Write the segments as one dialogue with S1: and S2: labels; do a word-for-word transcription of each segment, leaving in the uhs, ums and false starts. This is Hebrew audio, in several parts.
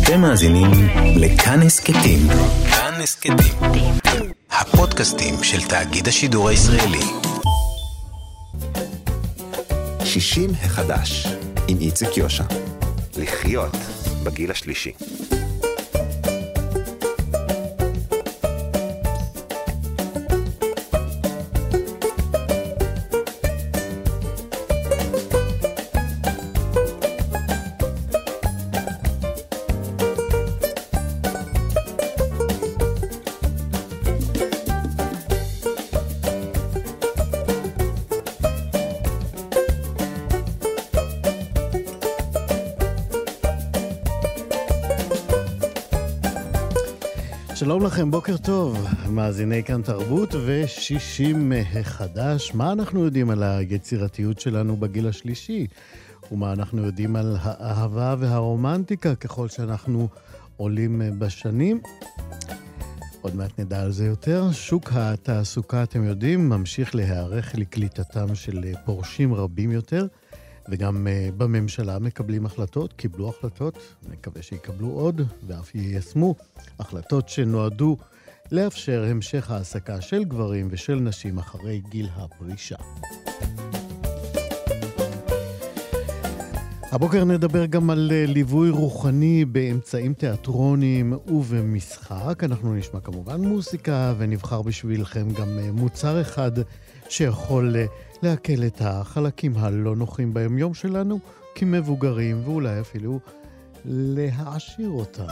S1: אתם מאזינים לכאן הסכתים. כאן הסכתים. הפודקאסטים של תאגיד השידור הישראלי. שישים החדש עם איציק יושע. לחיות בגיל השלישי. שלום לכם, בוקר טוב, מאזיני כאן תרבות ושישים החדש. מה אנחנו יודעים על היצירתיות שלנו בגיל השלישי? ומה אנחנו יודעים על האהבה והרומנטיקה ככל שאנחנו עולים בשנים? עוד מעט נדע על זה יותר. שוק התעסוקה, אתם יודעים, ממשיך להיערך לקליטתם של פורשים רבים יותר, וגם uh, בממשלה מקבלים החלטות, קיבלו החלטות, מקווה שיקבלו עוד, ואף יישמו החלטות שנועדו לאפשר המשך העסקה של גברים ושל נשים אחרי גיל הפרישה. הבוקר נדבר גם על uh, ליווי רוחני באמצעים תיאטרוניים ובמשחק. אנחנו נשמע כמובן מוסיקה ונבחר בשבילכם גם uh, מוצר אחד שיכול uh, להקל את החלקים הלא נוחים ביומיום שלנו כמבוגרים, ואולי אפילו להעשיר אותם.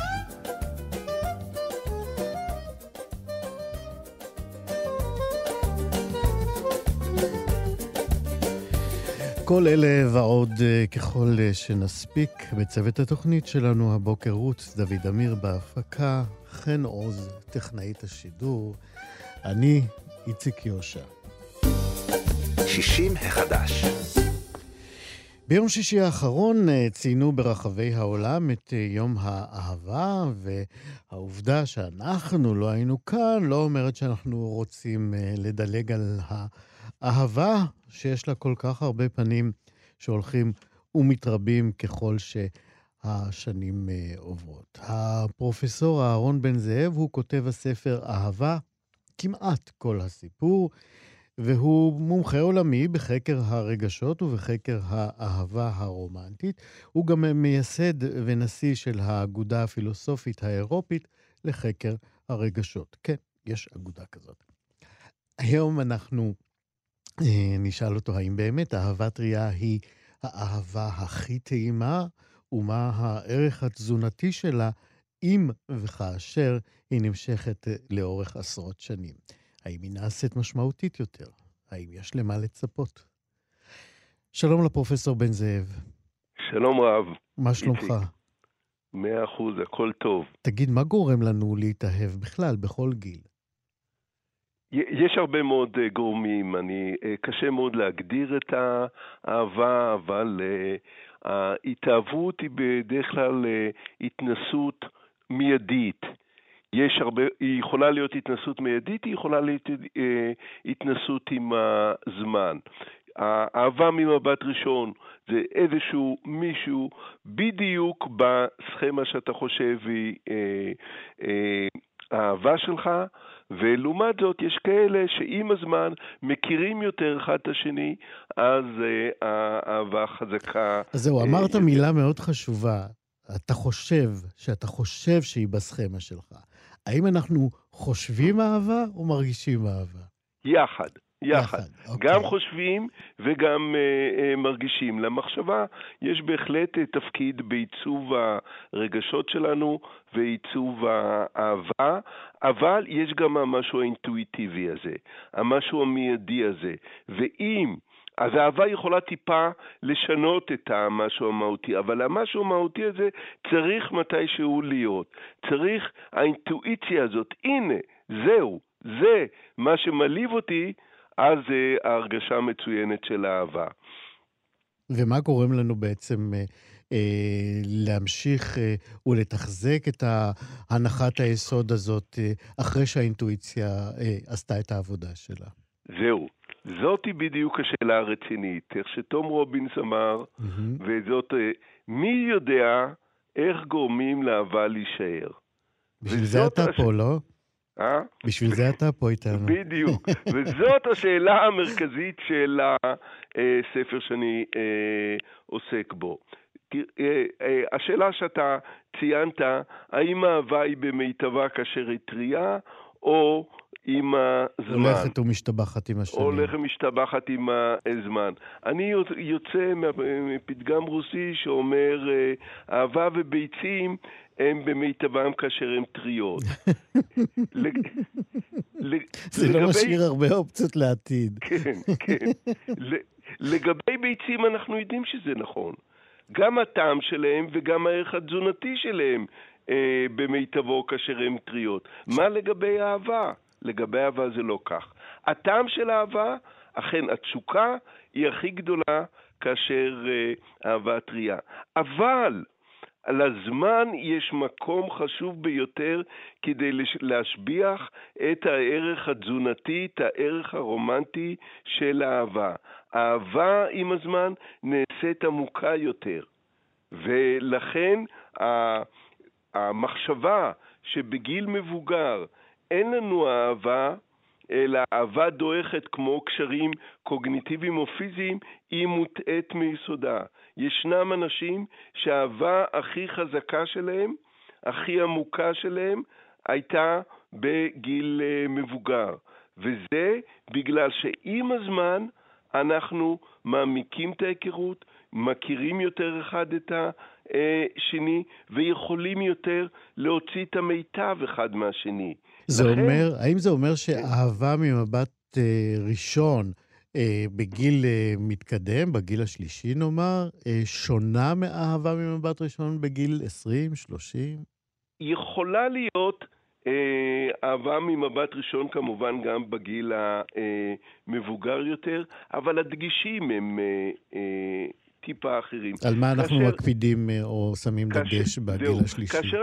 S1: כל אלה ועוד ככל שנספיק בצוות התוכנית שלנו הבוקר. רות דוד אמיר בהפקה, חן עוז טכנאית השידור, אני איציק יושע. שישים החדש.
S2: ביום שישי האחרון ציינו ברחבי העולם את יום האהבה, והעובדה שאנחנו לא היינו כאן לא אומרת שאנחנו רוצים לדלג על האהבה שיש לה כל כך הרבה פנים שהולכים ומתרבים ככל שהשנים עוברות. הפרופסור אהרון בן זאב הוא כותב הספר אהבה, כמעט כל הסיפור, והוא מומחה עולמי בחקר הרגשות ובחקר האהבה הרומנטית. הוא גם מייסד ונשיא של האגודה הפילוסופית האירופית לחקר הרגשות. כן, יש אגודה כזאת. היום אנחנו אה, נשאל אותו האם באמת אהבה טרייה היא האהבה הכי טעימה, ומה הערך התזונתי שלה אם וכאשר היא נמשכת לאורך עשרות שנים. האם היא נעשית משמעותית יותר? האם יש למה לצפות? שלום לפרופסור בן זאב.
S3: שלום רב.
S2: מה שלומך?
S3: מאה אחוז, הכל טוב.
S2: תגיד, מה גורם לנו להתאהב בכלל, בכל גיל?
S3: יש הרבה מאוד גורמים. אני, קשה מאוד להגדיר את האהבה, אבל ההתאהבות היא בדרך כלל התנסות מיידית. יש הרבה, היא יכולה להיות התנסות מיידית, היא יכולה להיות אה, התנסות עם הזמן. האהבה ממבט ראשון זה איזשהו מישהו בדיוק בסכמה שאתה חושב היא אה, אה, האהבה שלך, ולעומת זאת יש כאלה שעם הזמן מכירים יותר אחד את השני, אז אה, האהבה חזקה.
S2: אז זהו,
S3: אה,
S2: אמרת
S3: יותר.
S2: מילה מאוד חשובה. אתה חושב, שאתה חושב שהיא בסכמה שלך. האם אנחנו חושבים אהבה או מרגישים אהבה?
S3: יחד, יחד.
S2: יחד, אוקיי.
S3: גם חושבים וגם uh, uh, מרגישים. למחשבה יש בהחלט uh, תפקיד בעיצוב הרגשות שלנו ועיצוב האהבה, אבל יש גם המשהו האינטואיטיבי הזה, המשהו המיידי הזה. ואם אז האהבה יכולה טיפה לשנות את המשהו המהותי, אבל המשהו המהותי הזה צריך מתישהו להיות. צריך האינטואיציה הזאת, הנה, זהו, זה מה שמליב אותי, אז זה ההרגשה המצוינת של האהבה.
S2: ומה גורם לנו בעצם אה, אה, להמשיך אה, ולתחזק את הנחת היסוד הזאת אה, אחרי שהאינטואיציה אה, עשתה את העבודה שלה?
S3: זהו. זאת היא בדיוק השאלה הרצינית, איך שתום רובינס אמר, mm-hmm. וזאת, מי יודע איך גורמים לאהבה להישאר.
S1: בשביל זה אתה
S3: הש...
S1: פה, לא?
S3: אה?
S1: בשביל זה אתה פה איתנו.
S3: בדיוק. וזאת השאלה המרכזית של הספר שאני אה, עוסק בו. אה, אה, השאלה שאתה ציינת, האם האהבה היא במיטבה כאשר היא טריה, או עם הזמן.
S1: הולכת ומשתבחת עם השנים.
S3: הולכת ומשתבחת עם הזמן. אני יוצא מפתגם רוסי שאומר, אהבה וביצים הם במיטבם כאשר הם טריות.
S1: זה לא משאיר הרבה אופציות לעתיד.
S3: כן, כן. לגבי ביצים אנחנו יודעים שזה נכון. גם הטעם שלהם וגם הערך התזונתי שלהם במיטבו כאשר הם טריות. מה לגבי אהבה? לגבי אהבה זה לא כך. הטעם של אהבה, אכן התשוקה היא הכי גדולה כאשר אהבה טריה. אבל לזמן יש מקום חשוב ביותר כדי להשביח את הערך התזונתי, את הערך הרומנטי של האהבה. האהבה עם הזמן נעשית עמוקה יותר. ולכן המחשבה שבגיל מבוגר אין לנו אהבה, אלא אהבה דועכת כמו קשרים קוגניטיביים או פיזיים, היא מוטעת מיסודה. ישנם אנשים שהאהבה הכי חזקה שלהם, הכי עמוקה שלהם, הייתה בגיל מבוגר. וזה בגלל שעם הזמן אנחנו מעמיקים את ההיכרות, מכירים יותר אחד את השני, ויכולים יותר להוציא את המיטב אחד מהשני.
S1: זה לכן... אומר, האם זה אומר שאהבה ממבט אה, ראשון, אה, בגיל אה, מתקדם, בגיל השלישי נאמר, אה, שונה מאהבה ממבט ראשון בגיל עשרים, שלושים?
S3: יכולה להיות אה, אהבה ממבט ראשון כמובן גם בגיל המבוגר יותר, אבל הדגישים הם אה, אה, טיפה אחרים.
S1: על מה אנחנו כאשר, מקפידים אה, או שמים כאשר, דגש בגיל זהו, השלישי?
S3: כאשר...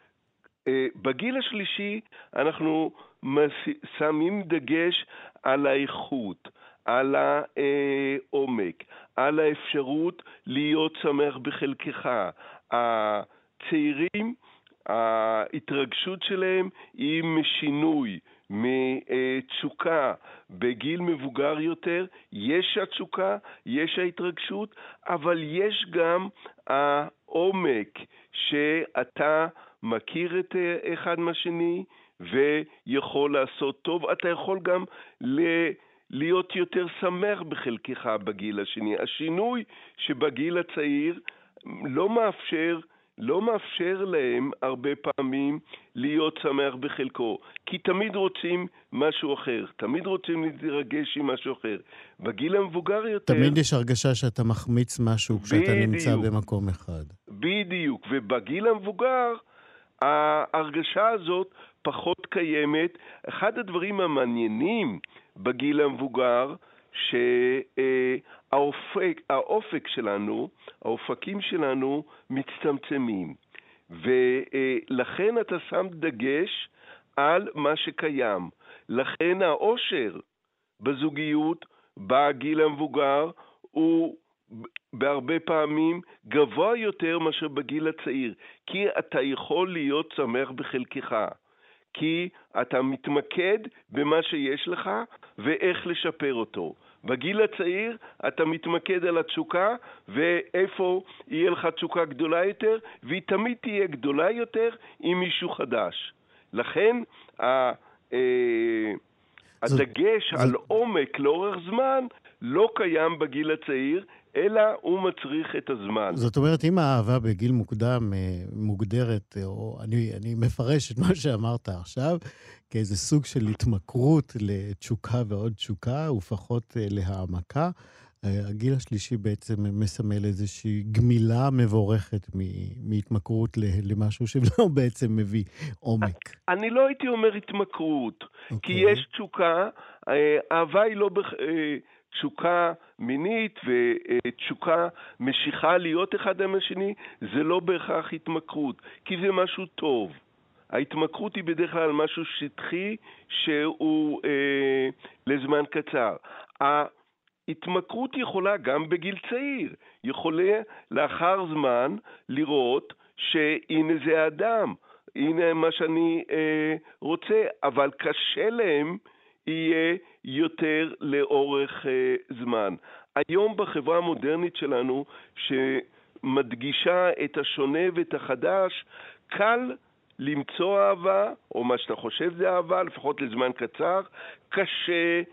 S3: בגיל השלישי אנחנו שמים דגש על האיכות, על העומק, על האפשרות להיות שמח בחלקך. הצעירים, ההתרגשות שלהם היא משינוי, מתשוקה. בגיל מבוגר יותר יש התשוקה, יש ההתרגשות, אבל יש גם העומק שאתה מכיר את אחד מהשני ויכול לעשות טוב. אתה יכול גם ל- להיות יותר שמח בחלקך בגיל השני. השינוי שבגיל הצעיר לא מאפשר, לא מאפשר להם הרבה פעמים להיות שמח בחלקו, כי תמיד רוצים משהו אחר, תמיד רוצים להתרגש עם משהו אחר. בגיל המבוגר יותר...
S1: תמיד יש הרגשה שאתה מחמיץ משהו כשאתה בדיוק, נמצא במקום אחד.
S3: בדיוק, ובגיל המבוגר ההרגשה הזאת פחות קיימת. אחד הדברים המעניינים בגיל המבוגר, שהאופק, האופק שלנו, האופקים שלנו מצטמצמים. ולכן אתה שם דגש על מה שקיים. לכן האושר בזוגיות בגיל המבוגר הוא בהרבה פעמים גבוה יותר מאשר בגיל הצעיר, כי אתה יכול להיות שמח בחלקך, כי אתה מתמקד במה שיש לך ואיך לשפר אותו. בגיל הצעיר אתה מתמקד על התשוקה ואיפה יהיה לך תשוקה גדולה יותר, והיא תמיד תהיה גדולה יותר עם מישהו חדש. לכן הדגש על עומק לאורך זמן לא קיים בגיל הצעיר, אלא הוא מצריך את הזמן.
S1: זאת אומרת, אם האהבה בגיל מוקדם מוגדרת, או אני, אני מפרש את מה שאמרת עכשיו, כאיזה סוג של התמכרות לתשוקה ועוד תשוקה, ופחות להעמקה, הגיל השלישי בעצם מסמל איזושהי גמילה מבורכת מהתמכרות למשהו שלא בעצם מביא עומק.
S3: אני לא הייתי אומר התמכרות, כי יש תשוקה, אהבה היא לא... תשוקה מינית ותשוקה משיכה להיות אחד עם השני, זה לא בהכרח התמכרות, כי זה משהו טוב. ההתמכרות היא בדרך כלל משהו שטחי שהוא אה, לזמן קצר. ההתמכרות יכולה גם בגיל צעיר, יכולה לאחר זמן לראות שהנה זה האדם, הנה מה שאני אה, רוצה, אבל קשה להם יהיה יותר לאורך אה, זמן. היום בחברה המודרנית שלנו, שמדגישה את השונה ואת החדש, קל למצוא אהבה, או מה שאתה חושב זה אהבה, לפחות לזמן קצר, קשה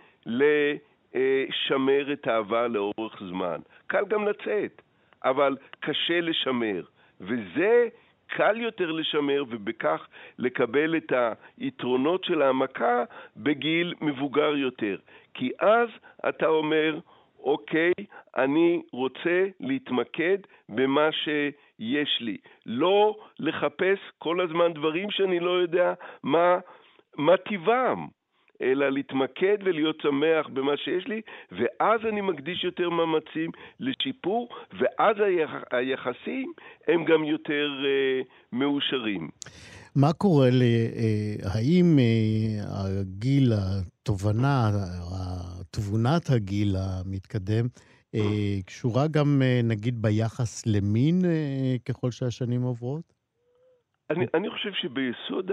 S3: לשמר את האהבה לאורך זמן. קל גם לצאת, אבל קשה לשמר. וזה קל יותר לשמר, ובכך לקבל את היתרונות של העמקה בגיל מבוגר יותר. כי אז אתה אומר, אוקיי, אני רוצה להתמקד במה שיש לי. לא לחפש כל הזמן דברים שאני לא יודע מה, מה טבעם, אלא להתמקד ולהיות שמח במה שיש לי, ואז אני מקדיש יותר מאמצים לשיפור, ואז היח, היחסים הם גם יותר אה, מאושרים.
S1: מה קורה ל... האם הגיל, התובנה, תבונת הגיל המתקדם, קשורה גם נגיד ביחס למין ככל שהשנים עוברות?
S3: אני, אני חושב שביסוד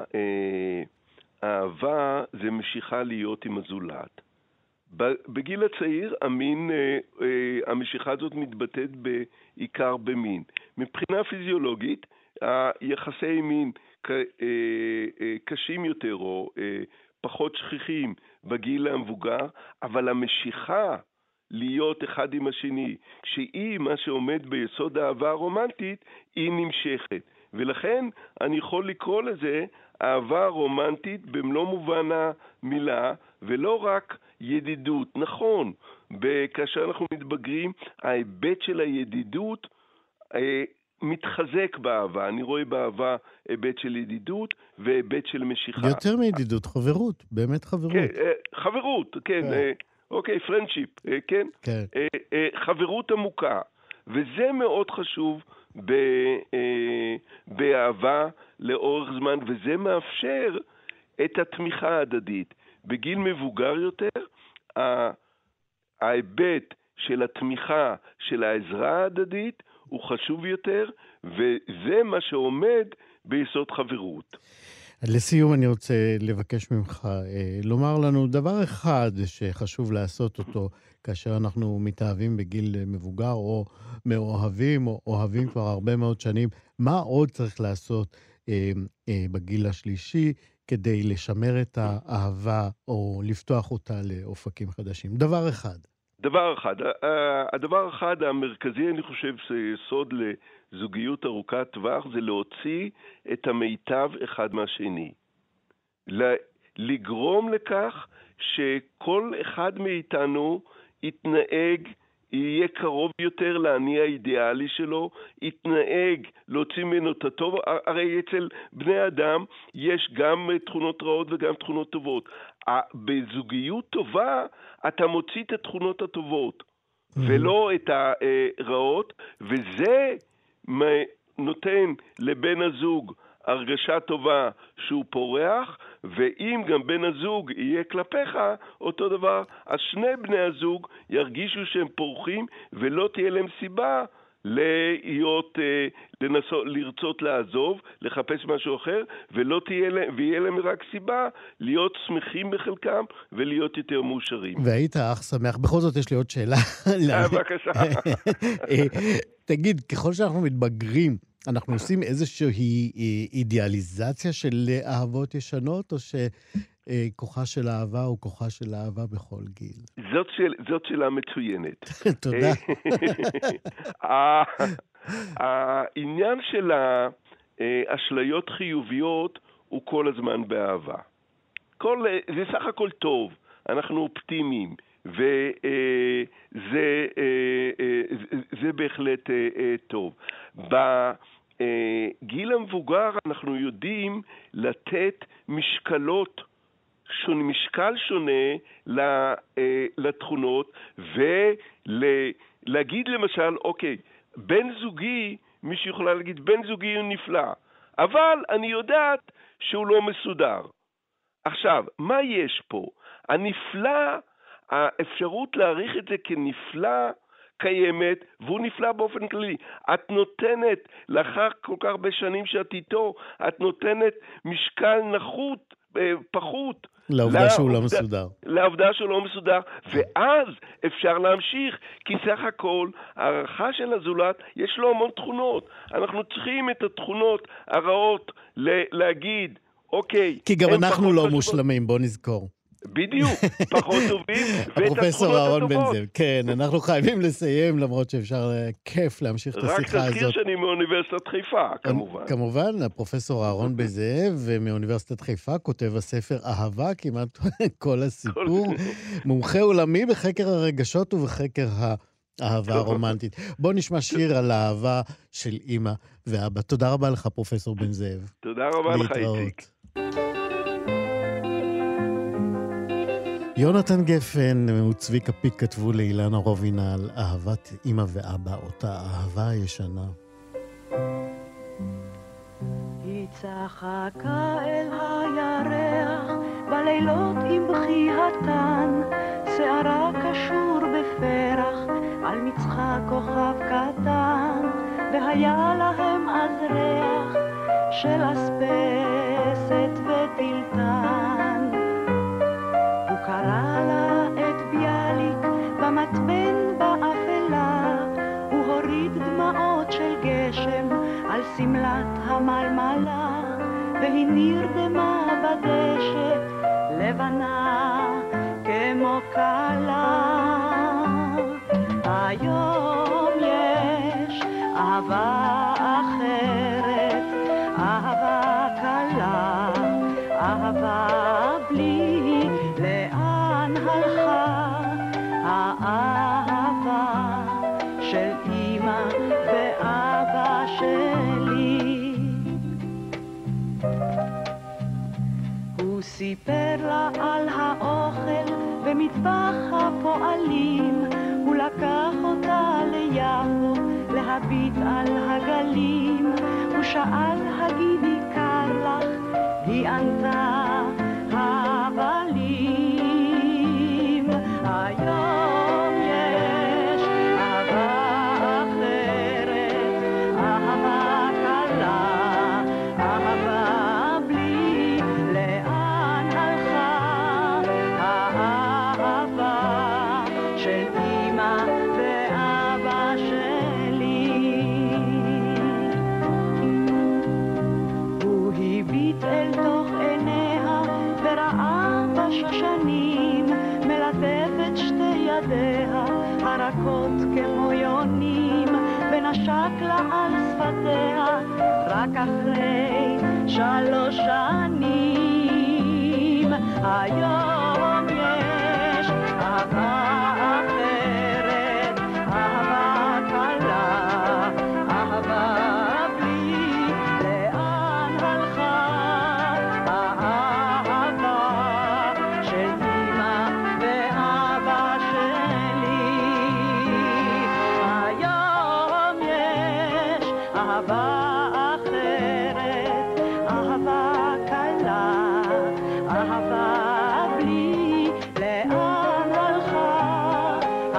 S3: האהבה זה משיכה להיות עם הזולת. בגיל הצעיר המין, המשיכה הזאת מתבטאת בעיקר במין. מבחינה פיזיולוגית, היחסי מין קשים יותר או פחות שכיחים בגיל המבוגר, אבל המשיכה להיות אחד עם השני, שהיא מה שעומד ביסוד האהבה הרומנטית, היא נמשכת. ולכן אני יכול לקרוא לזה אהבה רומנטית במלוא מובן המילה, ולא רק ידידות. נכון, כאשר אנחנו מתבגרים, ההיבט של הידידות מתחזק באהבה. אני רואה באהבה היבט של ידידות והיבט של משיכה.
S1: יותר מידידות, חברות, באמת חברות.
S3: כן, חברות, כן, אוקיי, פרנדשיפ, כן?
S1: כן.
S3: חברות עמוקה. וזה מאוד חשוב באהבה לאורך זמן, וזה מאפשר את התמיכה ההדדית. בגיל מבוגר יותר, ההיבט של התמיכה, של העזרה ההדדית, הוא חשוב יותר, וזה מה שעומד ביסוד חברות.
S1: לסיום אני רוצה לבקש ממך לומר לנו דבר אחד שחשוב לעשות אותו כאשר אנחנו מתאהבים בגיל מבוגר או מאוהבים או אוהבים כבר הרבה מאוד שנים. מה עוד צריך לעשות אה, אה, בגיל השלישי כדי לשמר את האהבה או לפתוח אותה לאופקים חדשים? דבר אחד.
S3: דבר אחד. הדבר אחד המרכזי, אני חושב, שיסוד לזוגיות ארוכת טווח, זה להוציא את המיטב אחד מהשני. לגרום לכך שכל אחד מאיתנו יתנהג, יהיה קרוב יותר לעני האידיאלי שלו, יתנהג, להוציא ממנו את הטוב. הרי אצל בני אדם יש גם תכונות רעות וגם תכונות טובות. בזוגיות טובה אתה מוציא את התכונות הטובות, mm-hmm. ולא את הרעות, וזה נותן לבן הזוג הרגשה טובה שהוא פורח, ואם גם בן הזוג יהיה כלפיך אותו דבר, אז שני בני הזוג ירגישו שהם פורחים, ולא תהיה להם סיבה להיות, לנסות, לרצות לעזוב, לחפש משהו אחר, ולא תהיה להם, ויהיה להם רק סיבה להיות שמחים בחלקם ולהיות יותר מאושרים.
S1: והיית אח שמח. בכל זאת יש לי עוד שאלה.
S3: בבקשה.
S1: תגיד, ככל שאנחנו מתבגרים, אנחנו עושים איזושהי אידיאליזציה של אהבות ישנות, או שכוחה של אהבה הוא כוחה של אהבה בכל גיל?
S3: זאת, של, זאת שאלה מצוינת.
S1: תודה.
S3: העניין של האשליות חיוביות הוא כל הזמן באהבה. כל, זה סך הכל טוב, אנחנו אופטימיים, וזה זה בהחלט טוב. בגיל המבוגר אנחנו יודעים לתת משקלות, שונה, משקל שונה לתכונות, ולהגיד למשל, אוקיי, בן זוגי, מישהו יכולה להגיד, בן זוגי הוא נפלא, אבל אני יודעת שהוא לא מסודר. עכשיו, מה יש פה? הנפלא, האפשרות להעריך את זה כנפלא, קיימת, והוא נפלא באופן כללי. את נותנת, לאחר כל כך הרבה שנים שאת איתו, את נותנת משקל נחות, פחות.
S2: לעובדה שהוא לא מסודר.
S3: לעובדה שהוא לא מסודר, ואז אפשר להמשיך, כי סך הכל, הערכה של הזולת, יש לו המון תכונות. אנחנו צריכים את התכונות הרעות להגיד, אוקיי.
S2: כי גם אנחנו לא מושלמים, בוא נזכור.
S3: בדיוק, פחות טובים, ואת
S2: הפרופסור אהרון בן זאב, כן, אנחנו חייבים לסיים, למרות שאפשר כיף להמשיך את השיחה הזאת.
S3: רק תזכיר שאני מאוניברסיטת חיפה, כמובן.
S2: כמובן, הפרופסור אהרון בן זאב, מאוניברסיטת חיפה, כותב הספר אהבה, כמעט כל הסיפור, מומחה עולמי בחקר הרגשות ובחקר האהבה הרומנטית. בוא נשמע שיר על האהבה של אמא ואבא. תודה רבה לך, פרופסור בן זאב.
S3: תודה רבה לך, איציק.
S2: יונתן גפן וצביקה פיק כתבו לאילנה רובינה על אהבת אמא ואבא, אותה אהבה ישנה.
S4: היא צחקה אל הירח בלילות עם בחייתן, שערה קשור בפרח על מצחה כוכב קטן, והיה להם אז ריח של אספסת וטלטן. הוא קרא לה את ביאליק במתבן באפלה, הוא הוריד דמעות של גשם על סמלת המלמלה, והיא נרדמה בדשא לבנה כמו קלה. היום יש אהבה אחרת, אהבה קלה, אהבה בלי לאן הלכה, האהבה של אמא ואבא שלי. הוא סיפר לה על האוכל במטבח הפועלים, הוא לקח אותה ליפו להביט על הגלים, הוא שאל הגידי קר לך, היא ענתה הבלים. היום יש אהבה אחרת, אהבה קלה, אהבה בלי לאן הלכה, האהבה של אמא ואבא שלי. הוא הביט אל תוך עיניה וראה בשושנים, מלטפת שתי ידיה הרכות כמו יונים, ונשק לה על שפתיה רק אחרי שלוש שנים. היום יש אהבה אחרת, אהבה קלה, אהבה בלי לאן הלכה, האהבה של אמא ואבא שלי. היום יש אהבה אחרת, אהבה קלה, אהבה בלי לאן הלכה,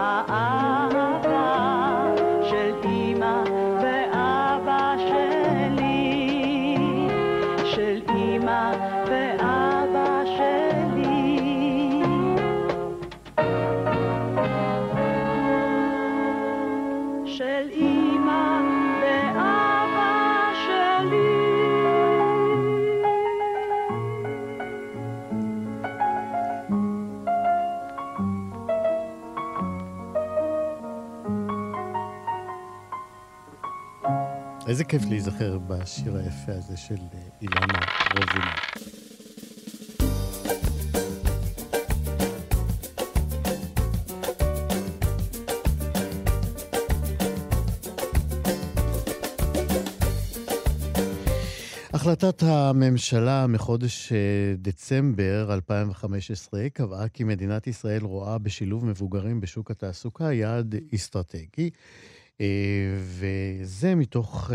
S4: האהבה של אמא ואבא שלי, של אמא ואבא שלי. של אמא ואבא שלי.
S2: איזה כיף להיזכר בשיר היפה הזה של אילנה רובינה. החלטת הממשלה מחודש דצמבר אלפיים וחמש עשרה קבעה כי מדינת ישראל רואה בשילוב מבוגרים בשוק התעסוקה יעד אסטרטגי, וזה מתוך,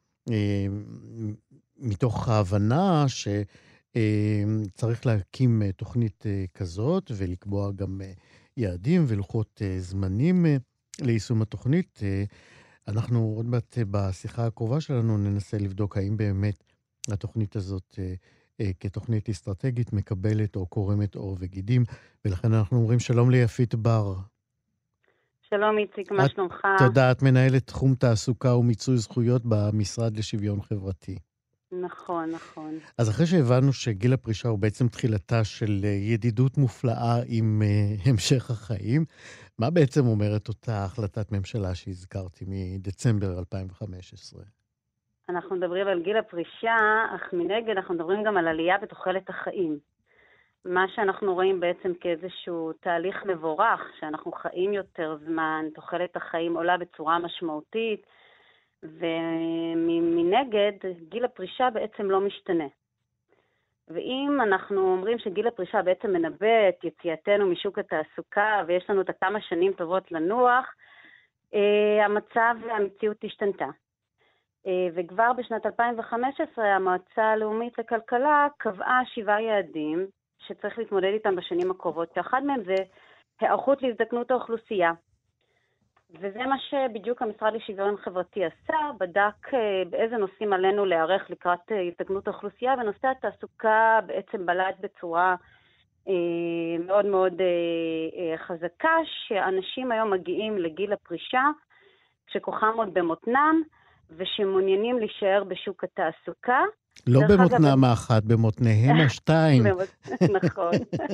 S2: מתוך ההבנה שצריך להקים תוכנית כזאת ולקבוע גם יעדים ולוחות זמנים
S1: ליישום התוכנית. אנחנו עוד מעט בשיחה הקרובה שלנו ננסה לבדוק האם באמת התוכנית הזאת כתוכנית אסטרטגית מקבלת או קורמת עור וגידים, ולכן אנחנו אומרים שלום ליפית בר.
S5: שלום איציק, מה שלומך?
S1: תודה, את מנהלת תחום תעסוקה ומיצוי זכויות במשרד לשוויון חברתי.
S5: נכון, נכון.
S1: אז אחרי שהבנו שגיל הפרישה הוא בעצם תחילתה של ידידות מופלאה עם uh, המשך החיים, מה בעצם אומרת אותה החלטת ממשלה שהזכרתי מדצמבר אלפיים וחמש עשרה?
S5: אנחנו מדברים על גיל הפרישה, אך מנגד אנחנו מדברים גם על עלייה בתוחלת החיים. מה שאנחנו רואים בעצם כאיזשהו תהליך מבורך, שאנחנו חיים יותר זמן, תוחלת החיים עולה בצורה משמעותית, ומנגד גיל הפרישה בעצם לא משתנה. ואם אנחנו אומרים שגיל הפרישה בעצם מנבא את יציאתנו משוק התעסוקה, ויש לנו את כמה שנים טובות לנוח, המצב והמציאות השתנתה. וכבר בשנת אלפיים וחמש עשרה המועצה הלאומית לכלכלה קבעה שבעה יעדים שצריך להתמודד איתם בשנים הקרובות, שאחד מהם זה היערכות להזדקנות האוכלוסייה. וזה מה שבדיוק המשרד לשוויון חברתי עשה, בדק באיזה נושאים עלינו להיערך לקראת הזדקנות האוכלוסייה, ונושא התעסוקה בעצם בלט בצורה מאוד מאוד חזקה, שאנשים היום מגיעים לגיל הפרישה, שכוחם עוד במותנם, ושמעוניינים להישאר בשוק התעסוקה.
S1: לא במותנם האחת, במותניהם השתיים.
S5: נכון.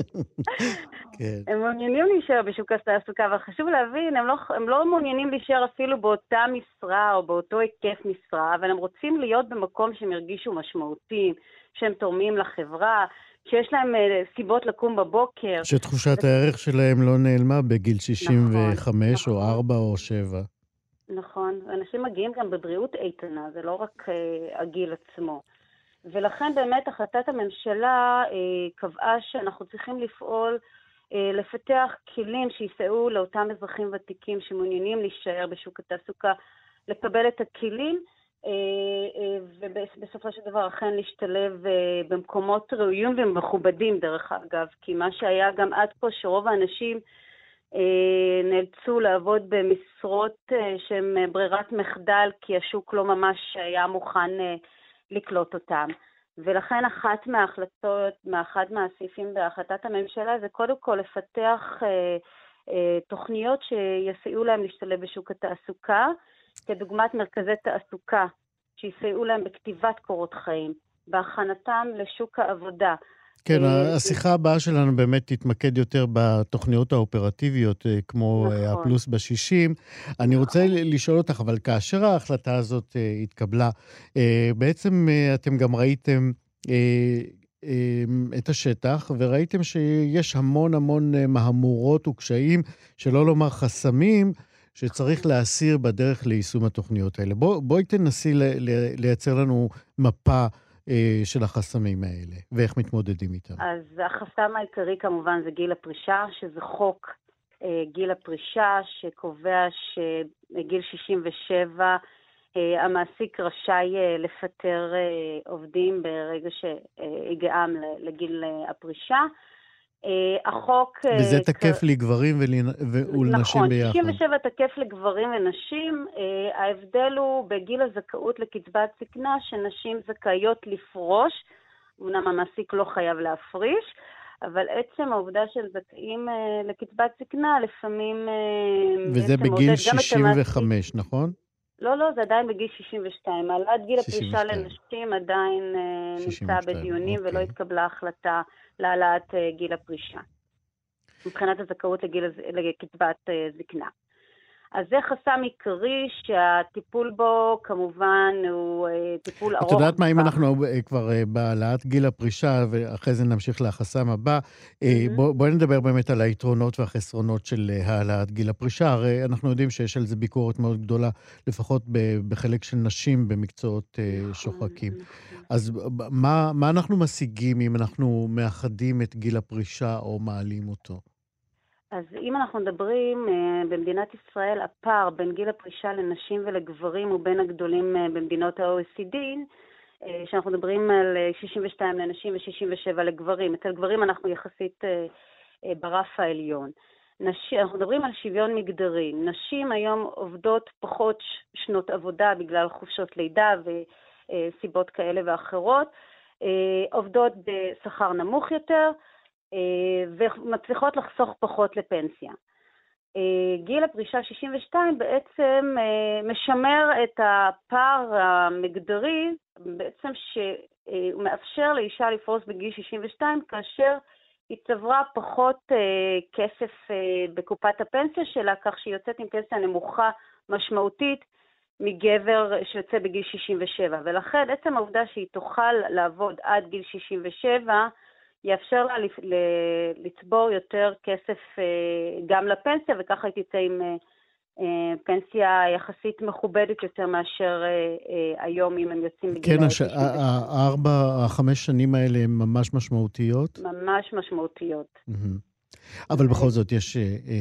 S5: הם מעוניינים להישאר בשוק התעסוקה, אבל חשוב להבין, הם לא, הם לא מעוניינים להישאר אפילו באותה משרה או באותו היקף משרה, אבל הם רוצים להיות במקום שהם ירגישו משמעותיים, שהם תורמים לחברה, שיש להם סיבות לקום בבוקר.
S1: שתחושת הערך שלהם לא נעלמה בגיל שישים וחמש או ארבע או שבע.
S5: נכון, אנשים מגיעים גם בבריאות איתנה, זה לא רק uh, הגיל עצמו. ולכן באמת החלטת הממשלה uh, קבעה שאנחנו צריכים לפעול, uh, לפתח כלים שיסעו לאותם אזרחים ותיקים שמעוניינים להישאר בשוק התעסוקה, לקבל את הכלים, uh, uh, ובסופו של דבר אכן להשתלב uh, במקומות ראויים ומכובדים דרך אגב, כי מה שהיה גם עד פה שרוב האנשים נאלצו לעבוד במשרות שהן ברירת מחדל, כי השוק לא ממש היה מוכן לקלוט אותם. ולכן אחת מההחלטות, מאחד מהסעיפים בהחלטת הממשלה, זה קודם כל לפתח תוכניות שיסייעו להם להשתלב בשוק התעסוקה, כדוגמת מרכזי תעסוקה, שיסייעו להם בכתיבת קורות חיים, בהכנתם לשוק העבודה,
S1: כן, השיחה הבאה שלנו באמת תתמקד יותר בתוכניות האופרטיביות, כמו הפלוס בשישים. אני רוצה לשאול אותך, אבל כאשר ההחלטה הזאת התקבלה, בעצם אתם גם ראיתם את השטח, וראיתם שיש המון המון מהמורות וקשיים, שלא לומר חסמים, שצריך להסיר בדרך ליישום התוכניות האלה. בוא, בואי תנסי לייצר לנו מפה של החסמים האלה, ואיך מתמודדים איתם.
S5: אז החסם העיקרי כמובן זה גיל הפרישה, שזה חוק גיל הפרישה, שקובע שגיל שישים ושבע המעסיק רשאי לפטר עובדים ברגע שהגיעם לגיל הפרישה. החוק...
S1: וזה תקף לגברים ולנשים ביחד.
S5: נכון, שישים ושבע תקף לגברים ונשים. ההבדל הוא בגיל הזכאות לקצבת זקנה, שנשים זכאיות לפרוש, אמנם המעסיק לא חייב להפריש, אבל עצם העובדה של זכאים לקצבת זקנה, לפעמים...
S1: וזה בגיל שישים וחמש, נכון?
S5: לא, לא, זה עדיין בגיל שישים ושתיים. העלאת גיל הפרישה לנשים עדיין נמצא בדיונים, ולא התקבלה החלטה להעלאת גיל הפרישה, מבחינת הזכאות לקצבת זקנה. אז זה חסם עיקרי שהטיפול בו כמובן הוא טיפול ארוך.
S1: את יודעת מה, אם אנחנו כבר בהעלאת גיל הפרישה, ואחרי זה נמשיך לחסם הבא, בואי נדבר באמת על היתרונות והחסרונות של העלאת גיל הפרישה. הרי אנחנו יודעים שיש על זה ביקורת מאוד גדולה, לפחות בחלק של נשים במקצועות שוחקים. אז מה, מה אנחנו משיגים אם אנחנו מאחדים את גיל הפרישה או מעלים אותו?
S5: אז אם אנחנו מדברים, במדינת ישראל הפער בין גיל הפרישה לנשים ולגברים הוא בין הגדולים במדינות ה-או אי סי די, שאנחנו מדברים על שישים ושתיים לנשים ו-שישים ושבע לגברים. אצל גברים אנחנו יחסית ברף העליון. נשים, אנחנו מדברים על שוויון מגדרי. נשים היום עובדות פחות שנות עבודה בגלל חופשות לידה וסיבות כאלה ואחרות, עובדות בשכר נמוך יותר ומצליחות לחסוך פחות לפנסיה. גיל הפרישה שישים ושתיים בעצם משמר את הפער המגדרי, בעצם שהוא מאפשר לאישה לפרוס בגיל שישים ושתיים כאשר היא צברה פחות אה, כסף אה, בקופת הפנסיה שלה, כך שהיא יוצאת עם פנסיה נמוכה משמעותית מגבר שיוצא בגיל שישים ושבע. ולכן עצם העובדה שהיא תוכל לעבוד עד גיל שישים ושבע, יאפשר לה לצבור יותר כסף אה, גם לפנסיה, וככה היא תצא עם אה, אה, פנסיה יחסית מכובדת יותר מאשר אה, אה, היום אם הם יוצאים בגיל
S1: כן,
S5: שישים ושבע.
S1: כן, הארבע, החמש שנים האלה הן ממש משמעותיות?
S5: ממש משמעותיות.
S1: אבל בכל זאת יש,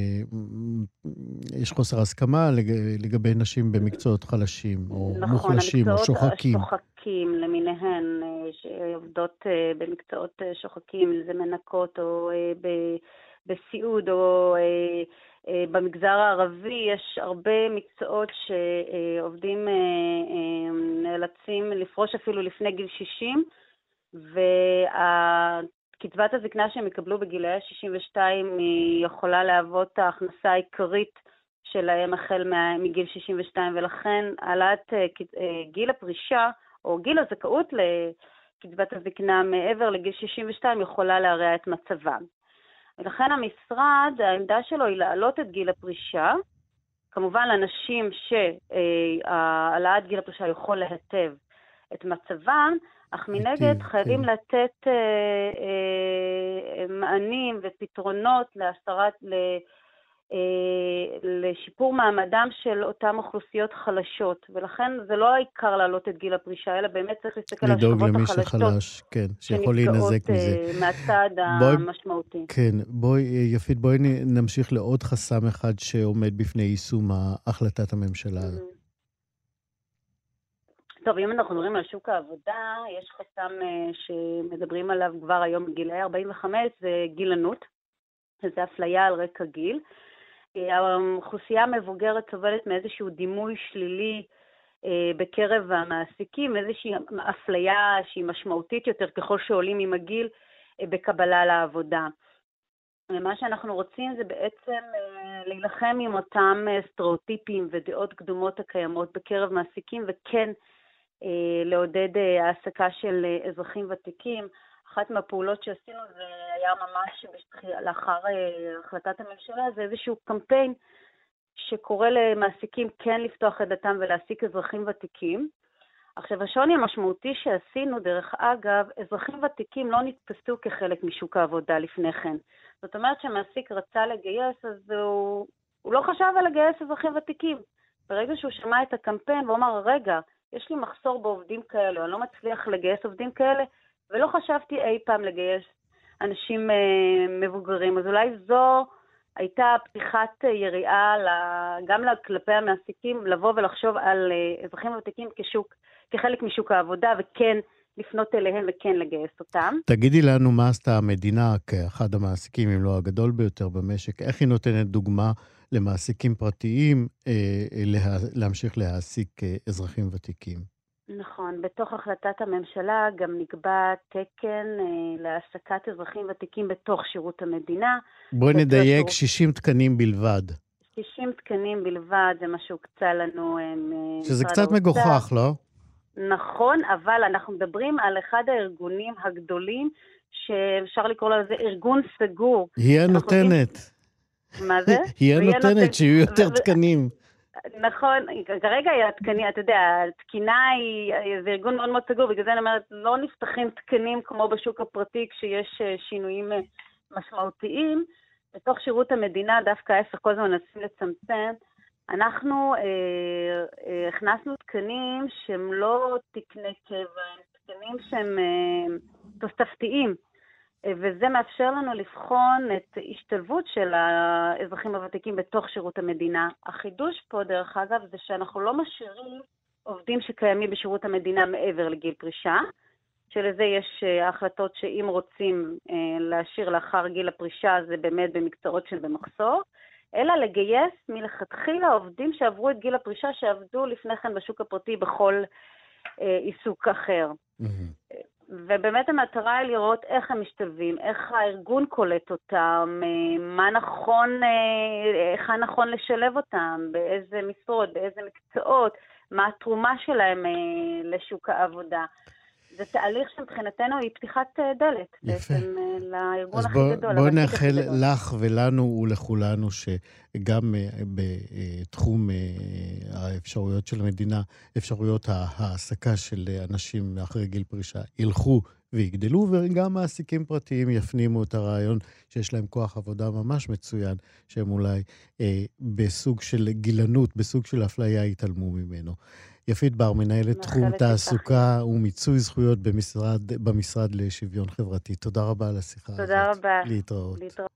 S1: יש חוסר הסכמה לגבי נשים במקצועות חלשים, או מוחלשים, או שוחקים.
S5: נכון, השוחקים למיניהן, שעובדות במקצועות שוחקים, אם זה מנקות, או בסיעוד, או במגזר הערבי, יש הרבה מקצועות שעובדים נאלצים לפרוש אפילו לפני גיל שישים, וה... קצבת הזקנה שהם יקבלו בגילי שישים ושתיים היא יכולה להוות ההכנסה העיקרית שלהם החל מגיל שישים ושתיים, ולכן העלאת גיל הפרישה או גיל הזכאות לקצבת הזקנה מעבר לגיל שישים ושתיים יכולה להרע את מצבם. ולכן המשרד, העמדה שלו היא להעלות את גיל הפרישה, כמובן לאנשים שהעלאת גיל הפרישה יכול להטב את מצבם, אך מנגד חייבים כן. לתת אה, אה, מענים ופתרונות להסתרת, ל, אה, לשיפור מעמדם של אותם אוכלוסיות חלשות, ולכן זה לא העיקר להעלות את גיל הפרישה, אלא באמת צריך להסתכל על השכבות החלשות,
S1: שחלש, כן, שיכול להינזק מזה.
S5: אה, מהצד
S1: בואי,
S5: המשמעותי.
S1: כן, בואי, יפית, בואי נמשיך לעוד חסם אחד שעומד בפני יישום החלטת הממשלה הזאת. Mm-hmm.
S5: טוב, אם אנחנו מדברים על שוק העבודה, יש חסם שמדברים עליו כבר היום בגילי ארבעים וחמש, זה גילנות, זה אפליה על רקע גיל. האוכלוסייה המבוגרת סובלת מאיזשהו דימוי שלילי בקרב המעסיקים, איזושהי אפליה שהיא משמעותית יותר ככל שעולים עם הגיל בקבלה לעבודה. ומה שאנחנו רוצים זה בעצם להילחם עם אותם סטריאוטיפים ודעות קדומות הקיימות בקרב מעסיקים, וכן לעודד העסקה של אזרחים ותיקים. אחת מהפעולות שעשינו זה היה ממש לאחר החלטת הממשלה, זה איזשהו קמפיין שקורא למעסיקים כן לפתוח את דלתם ולהעסיק אזרחים ותיקים. עכשיו, השוני המשמעותי שעשינו, דרך אגב, אזרחים ותיקים לא נתפסו כחלק משוק העבודה לפני כן. זאת אומרת שהמעסיק רצה לגייס, אז הוא, הוא לא חשב על לגייס אזרחים ותיקים. ברגע שהוא שמע את הקמפיין ואומר, רגע, יש לי מחסור בעובדים כאלה, אני לא מצליח לגייס עובדים כאלה, ולא חשבתי אי פעם לגייס אנשים אה, מבוגרים. אז אולי זו הייתה פתיחת יריעה גם כלפי המעסיקים, לבוא ולחשוב על אה, אזרחים ותיקים כשוק, כחלק משוק העבודה, וכן לפנות אליהם וכן לגייס אותם.
S1: תגידי לנו מה עשתה המדינה כאחד המעסיקים, אם לא הגדול ביותר במשק, איך היא נותנת דוגמה למעסיקים פרטיים אה, לה, להמשיך להעסיק אה, אזרחים ותיקים?
S5: נכון, בתוך החלטת הממשלה גם נקבע תקן אה, להעסקת אזרחים ותיקים בתוך שירות המדינה.
S1: בואי נדייק, שישים תקנים בלבד.
S5: שישים תקנים בלבד, זה מה שהוקצה לנו. אה,
S1: שזה קצת מגוחך, לא?
S5: נכון, אבל אנחנו מדברים על אחד הארגונים הגדולים, שאפשר לקרוא לזה ארגון סגור.
S1: היא הנותנת.
S5: מה זה?
S1: היא הנותנת שיהיו יותר תקנים.
S5: נכון, כרגע התקנים, אתה יודע, התקינה היא, זה ארגון מאוד מאוד סגור, בגלל זה אני אומרת, לא נפתחים תקנים כמו בשוק הפרטי, כשיש שינויים משמעותיים. בתוך שירות המדינה, דווקא ההפך, כל הזמן מנסים לצמצם. אנחנו אה, אה, הכנסנו תקנים שהם לא תקני קבע, הם תקנים שהם אה, תוספתיים, אה, וזה מאפשר לנו לבחון את השתלבות של האזרחים הוותיקים בתוך שירות המדינה. החידוש פה, דרך אגב, זה שאנחנו לא משאירים עובדים שקיימים בשירות המדינה מעבר לגיל פרישה, שלזה יש החלטות שאם רוצים להשאיר לאחר גיל הפרישה, זה באמת במקצועות של במחסור, אלא לגייס מלכתחילה עובדים שעברו את גיל הפרישה, שעבדו לפני כן בשוק הפרטי בכל עיסוק אחר. ובאמת המטרה היא לראות איך הם משתלבים, איך הארגון קולט אותם, מה נכון, איך נכון לשלב אותם, באיזה משרות, באיזה מקצועות, מה התרומה שלהם לשוק העבודה. זה תהליך שמבחינתנו היא פתיחת דלת.
S1: יפה.
S5: בעצם לארגון
S1: אז
S5: הכי
S1: בוא,
S5: גדול.
S1: בוא נאחל לך ולנו ולכולנו שגם בתחום האפשרויות של המדינה, אפשרויות ההעסקה של אנשים אחרי גיל פרישה ילכו ויגדלו, וגם מעסיקים פרטיים יפנימו את הרעיון שיש להם כוח עבודה ממש מצוין, שהם אולי אה, בסוג של גילנות, בסוג של אפליה יתעלמו ממנו. יפית בר, מנהלת תחום תעסוקה ומיצוי זכויות במשרד, במשרד לשוויון חברתי. תודה רבה על השיחה הזאת.
S5: תודה רבה.
S1: להתראות.
S5: להתראות.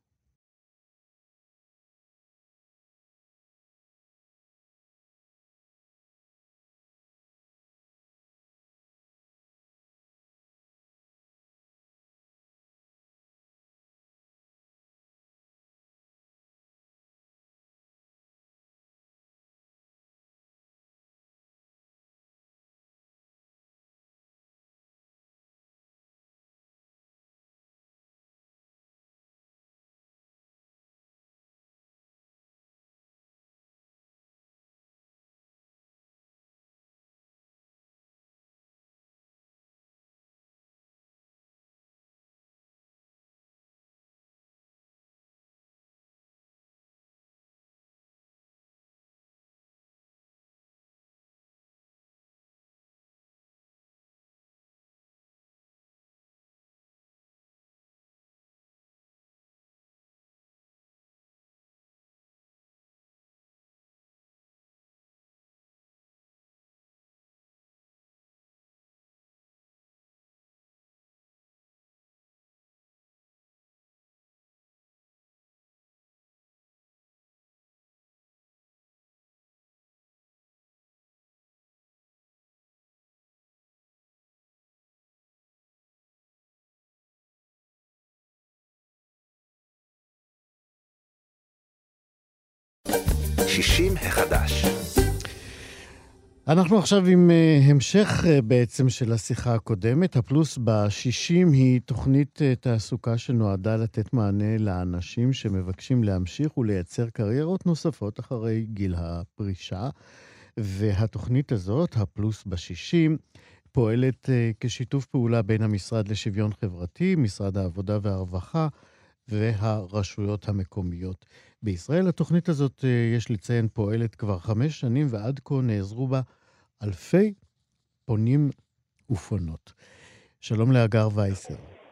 S2: שישים החדש. אנחנו עכשיו עם המשך בעצם של השיחה הקודמת. הפלוס ב-שישים היא תוכנית תעסוקה שנועדה לתת מענה לאנשים שמבקשים להמשיך ולייצר קריירות נוספות אחרי גיל הפרישה. והתוכנית הזאת, הפלוס ב-שישים, פועלת כשיתוף פעולה בין המשרד לשוויון חברתי, משרד העבודה והרווחה והרשויות המקומיות. בישראל התוכנית הזאת, יש לציין, פועלת כבר חמש שנים, ועד כה נעזרו בה אלפי פונים ופונות. שלום לאגר וייסר.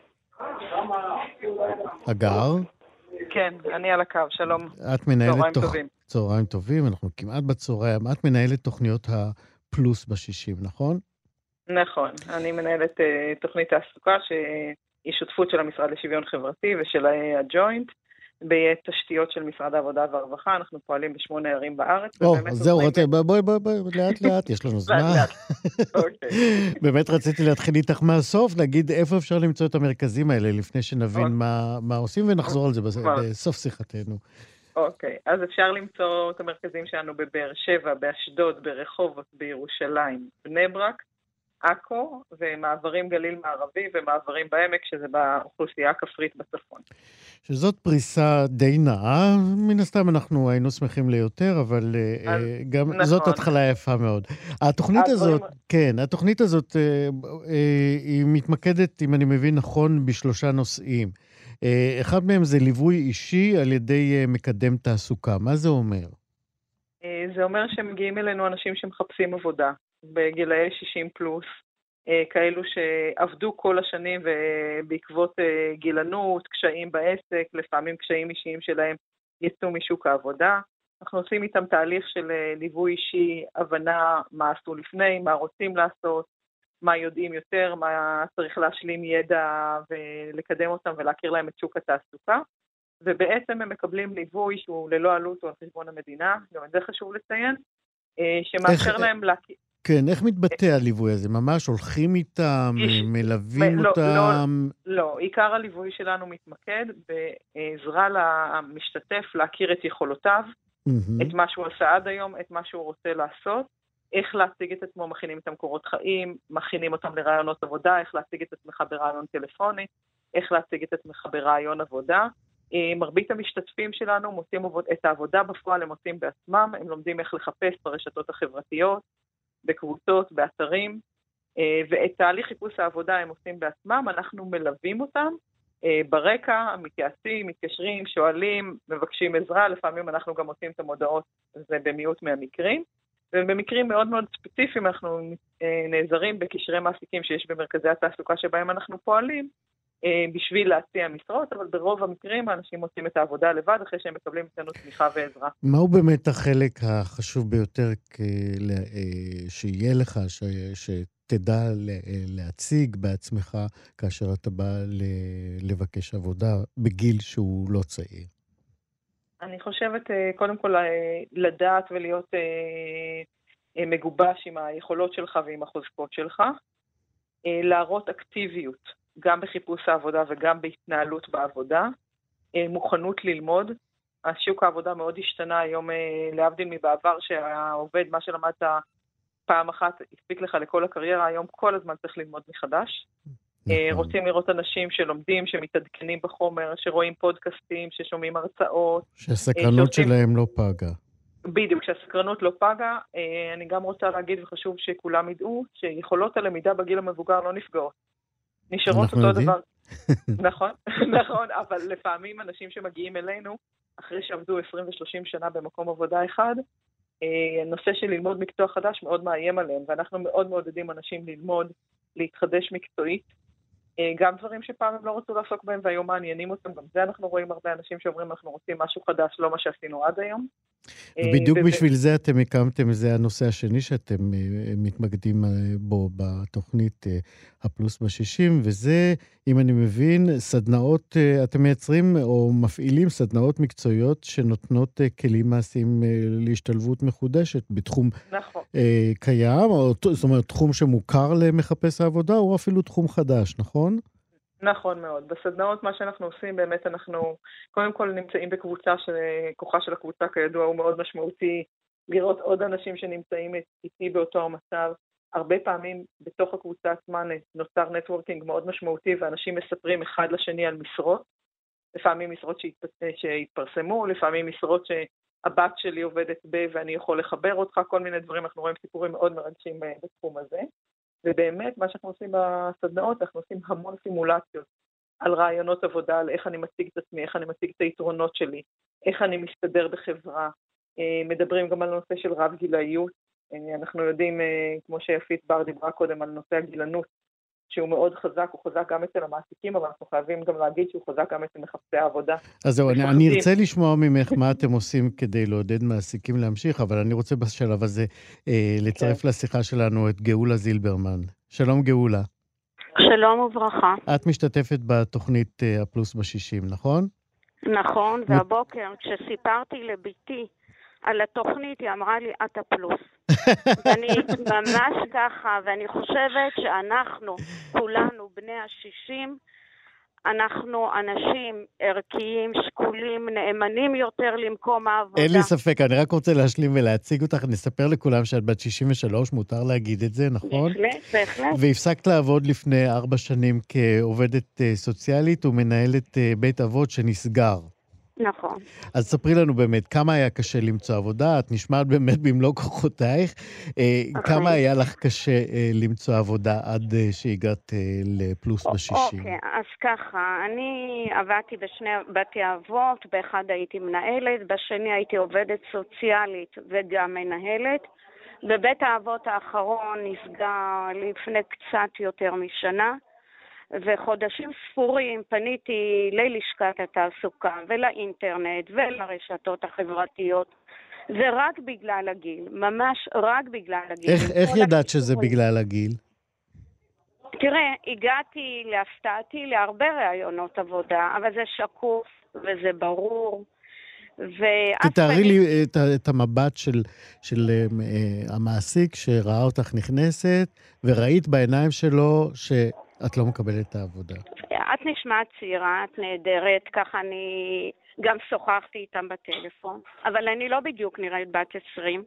S2: אגר?
S6: כן, אני על הקו, שלום.
S2: את מנהלת
S6: צהריים
S2: תוכ...
S6: טובים.
S2: צהריים טובים, אנחנו כמעט בצהריים. את מנהלת תוכניות הפלוס בשישים, נכון?
S6: נכון, אני מנהלת uh, תוכנית תעסוקה שהיא שותפות של המשרד לשוויון חברתי ושל הג'וינט. בתשתיות של משרד העבודה והרווחה, אנחנו פועלים בשמונה ערים בארץ.
S2: או, אז זהו, בואי, בואי, בואי, לאט לאט, יש לנו זמן. באמת רציתי להתחיל איתך מהסוף, נגיד איפה אפשר למצוא את המרכזים האלה, לפני שנבין מה עושים, ונחזור על זה בסוף שיחתנו.
S6: אוקיי, אז אפשר למצוא את המרכזים שלנו בבאר שבע, באשדוד, ברחובות, בירושלים, בני ברק, עכו, ומעברים גליל מערבי ומעברים בעמק, שזה באוכלוסייה הכפרית בצפון.
S2: שזאת פריסה די נאה, מן הסתם אנחנו היינו שמחים ליותר, אבל אז, גם נכון. זאת התחלה יפה מאוד. התוכנית הזאת, דברים... כן, התוכנית הזאת, היא מתמקדת, אם אני מבין נכון, בשלושה נושאים. אחד מהם זה ליווי אישי על ידי מקדם תעסוקה. מה זה אומר?
S6: זה אומר שמגיעים אלינו אנשים שמחפשים עבודה. בגילאי שישים פלוס, כאלו שעבדו כל השנים ובעקבות גילנות, קשיים בעסק, לפעמים קשיים אישיים שלהם יצאו משוק העבודה. אנחנו עושים איתם תהליך של ליווי אישי, הבנה מה עשו לפני, מה רוצים לעשות, מה יודעים יותר, מה צריך להשלים ידע ולקדם אותם ולהכיר להם את שוק התעסוקה. ובעצם הם מקבלים ליווי שהוא ללא עלות או על חשבון המדינה, גם את זה חשוב לציין, שמאפשר להם להכיר...
S2: כן, איך מתבטא הליווי הזה? ממש הולכים איתם,
S6: יש-
S2: מלווים
S6: לא,
S2: אותם?
S6: לא, עיקר הליווי שלנו מתמקד בעזרה למשתתף להכיר את יכולותיו,
S2: מהמם.
S6: את מה שהוא עשה עד היום, את מה שהוא רוצה לעשות, איך להציג את עצמו, מכינים את המקורות חיים, מכינים אותם לרעיונות עבודה, איך להציג את עצמך ברעיון טלפוני, איך להציג את עצמך ברעיון עבודה. אה, מרבית המשתתפים שלנו מוצאים עבוד, את העבודה בפועל, הם מוצאים בעצמם, הם לומדים איך לחפש ברשתות החברתיות, בקבוצות, באתרים, אה, ואת תהליך חיפוש העבודה הם עושים בעצמם, אנחנו מלווים אותם, אה, ברקע, מתייעצים, מתקשרים, שואלים, מבקשים עזרה, לפעמים אנחנו גם עושים את המודעות, זה במיעוט מהמקרים, ובמקרים מאוד מאוד ספציפיים אנחנו אה, נעזרים בקשרי מעסיקים שיש במרכזי התעסוקה שבהם אנחנו פועלים, אה, בשביל להציע משרות, אבל ברוב המקרים האנשים עושים את העבודה לבד, אחרי שהם מקבלים אצלנו תמיכה ועזרה.
S2: מהו באמת החלק החשוב ביותר כ- ל- אה, שיהיה לך, ש- שתדע ל- להציג בעצמך כאשר אתה בא ל- לבקש עבודה בגיל שהוא לא צעיר?
S6: אני חושבת, אה, קודם כל, אה, לדעת ולהיות אה, אה, מגובש עם היכולות שלך ועם החוזקות שלך, אה, להראות אקטיביות, גם בחיפוש העבודה וגם בהתנהלות בעבודה, אה, מוכנות ללמוד. השוק העבודה מאוד השתנה היום, אה, להבדיל מבעבר שהעובד, מה שלמדת פעם אחת, הספיק לך לכל הקריירה, היום כל הזמן צריך ללמוד מחדש. אה,
S2: נכון.
S6: רוצים לראות אנשים שלומדים, שמתעדכנים בחומר, שרואים פודקאסטים, ששומעים הרצאות.
S2: שהסקרנות
S6: שעושים-
S2: שלהם לא פגה.
S6: בדיוק, כשהסקרנות לא פגה, אה, אני גם רוצה להגיד, וחשוב שכולם ידעו, שיכולות הלמידה בגיל המבוגר לא נפגעות. נשארות
S2: אנחנו
S6: אותו
S2: יודעים.
S6: דבר. נכון, נכון, אבל לפעמים אנשים שמגיעים אלינו, אחרי שעבדו עשרים ושלושים שנה במקום עבודה אחד, אה, הנושא של ללמוד מקצוע חדש מאוד מאיים עליהם, ואנחנו מאוד מעודדים אנשים ללמוד, להתחדש מקצועית, אה, גם דברים שפעם הם לא רצו לעסוק בהם והיום מעניינים אותם, גם זה אנחנו רואים הרבה אנשים שאומרים אנחנו רוצים משהו חדש, לא מה שעשינו עד היום. אה,
S2: ובדיוק
S6: וזה-
S2: בשביל זה אתם הקמתם, זה הנושא השני שאתם אה, מתמקדים אה, בו בתוכנית אה, הפלוס בשישים, וזה, אם אני מבין, סדנאות, אה, אתם מייצרים או מפעילים סדנאות מקצועיות שנותנות אה, כלים מעשיים אה, להשתלבות מחודשת בתחום
S6: נכון.
S2: אה, קיים, או ת- זאת אומרת, תחום שמוכר למחפש העבודה, או אפילו תחום חדש, נכון?
S6: נכון מאוד. בסדנאות מה שאנחנו עושים, באמת אנחנו קודם כל נמצאים בקבוצה, שכוחה של הקבוצה כידוע הוא מאוד משמעותי, לראות עוד אנשים שנמצאים איתי באותו המצב. הרבה פעמים בתוך הקבוצה עצמה נוצר נטוורקינג מאוד משמעותי, ואנשים מספרים אחד לשני על משרות, לפעמים משרות שהתפ- שהתפרסמו, לפעמים משרות שהבת שלי עובדת ב ואני יכול לחבר אותך, כל מיני דברים, אנחנו רואים סיפורים מאוד מרגשים אה, בתחום הזה. ובאמת, מה שאנחנו עושים בסדנאות, אנחנו עושים המון סימולציות על רעיונות עבודה, על איך אני מציג את עצמי, איך אני מציג את היתרונות שלי, איך אני מסתדר בחברה. אה, מדברים גם על הנושא של רב גילאיות. אה, אנחנו יודעים, אה, כמו שיפית בר דיברה קודם, על נושא הגילנות, שהוא מאוד חזק, הוא חזק גם אצל המעסיקים, אבל אנחנו חייבים גם להגיד שהוא חזק גם אצל מחפשי העבודה.
S2: אז זהו, אני,
S6: מפחדים.
S2: אני ארצה לשמוע ממך מה אתם עושים כדי לעודד מעסיקים להמשיך, אבל אני רוצה בשלב הזה אה, לצרף
S6: כן.
S2: לשיחה שלנו את גאולה זילברמן. שלום גאולה.
S7: שלום וברכה.
S2: את משתתפת בתוכנית אה, הפלוס בשישים, נכון?
S7: נכון, והבוקר כשסיפרתי לביתי על התוכנית, היא אמרה לי, את הפלוס. ואני ממש ככה, ואני חושבת שאנחנו, כולנו בני השישים, אנחנו אנשים ערכיים, שקולים, נאמנים יותר למקום העבודה.
S2: אין לי ספק, אני רק רוצה להשלים ולהציג אותך. נספר לכולם שאת בת שישים ושלוש, מותר להגיד את זה, נכון?
S7: בהחלט, בהחלט.
S2: והפסקת לעבוד לפני ארבע שנים כעובדת אה, סוציאלית ומנהלת אה, בית אבות שנסגר.
S7: נכון.
S2: אז ספרי לנו באמת, כמה היה קשה למצוא עבודה? את נשמעת באמת במלוא כוחותייך. אה, כמה היה לך קשה אה, למצוא עבודה עד אה, שהגעת אה, לפלוס בשישים?
S7: אוקיי, אז ככה, אני עבדתי בשני בתי אבות, באחד הייתי מנהלת, בשני הייתי עובדת סוציאלית וגם מנהלת. בבית האבות האחרון נסגר לפני קצת יותר משנה, וחודשים ספורים פניתי ללשכת התעסוקה ולאינטרנט ולרשתות החברתיות. זה רק בגלל הגיל, ממש רק בגלל הגיל.
S2: איך, איך ידעת שזה בגלל הגיל?
S7: תראה, הגעתי להפתעתי להרבה רעיונות עבודה, אבל זה שקוף וזה ברור.
S2: תתארי לי את, את המבט של, של uh, המעסיק שראה אותך נכנסת, וראית בעיניים שלו שאת לא מקבלת את העבודה.
S7: את נשמעת צעירה, את נהדרת, ככה אני גם שוחחתי איתם בטלפון, אבל אני לא בדיוק נראית בת עשרים.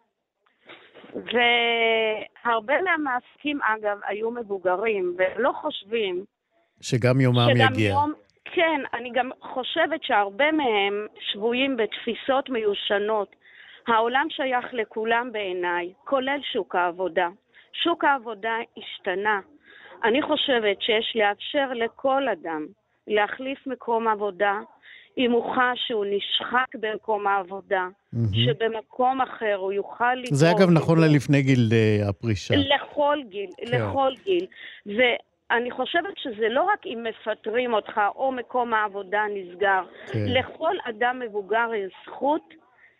S7: והרבה מהמעסיקים, אגב, היו מבוגרים, ולא חושבים...
S2: שגם יומם
S7: שגם
S2: יגיע.
S7: יום, כן, אני גם חושבת שהרבה מהם שבויים בתפיסות מיושנות. העולם שייך לכולם בעיניי, כולל שוק העבודה. שוק העבודה השתנה. אני חושבת שיש לאפשר לכל אדם להחליף מקום עבודה, אם הוא חש שהוא נשחק במקום העבודה, mm-hmm. שבמקום אחר הוא יוכל לתרום.
S2: זה אגב נכון ללפני גיל הפרישה.
S7: לכל גיל, כן. לכל גיל. ואני חושבת שזה לא רק אם מפטרים אותך או מקום העבודה נסגר. כן. לכל אדם מבוגר יש זכות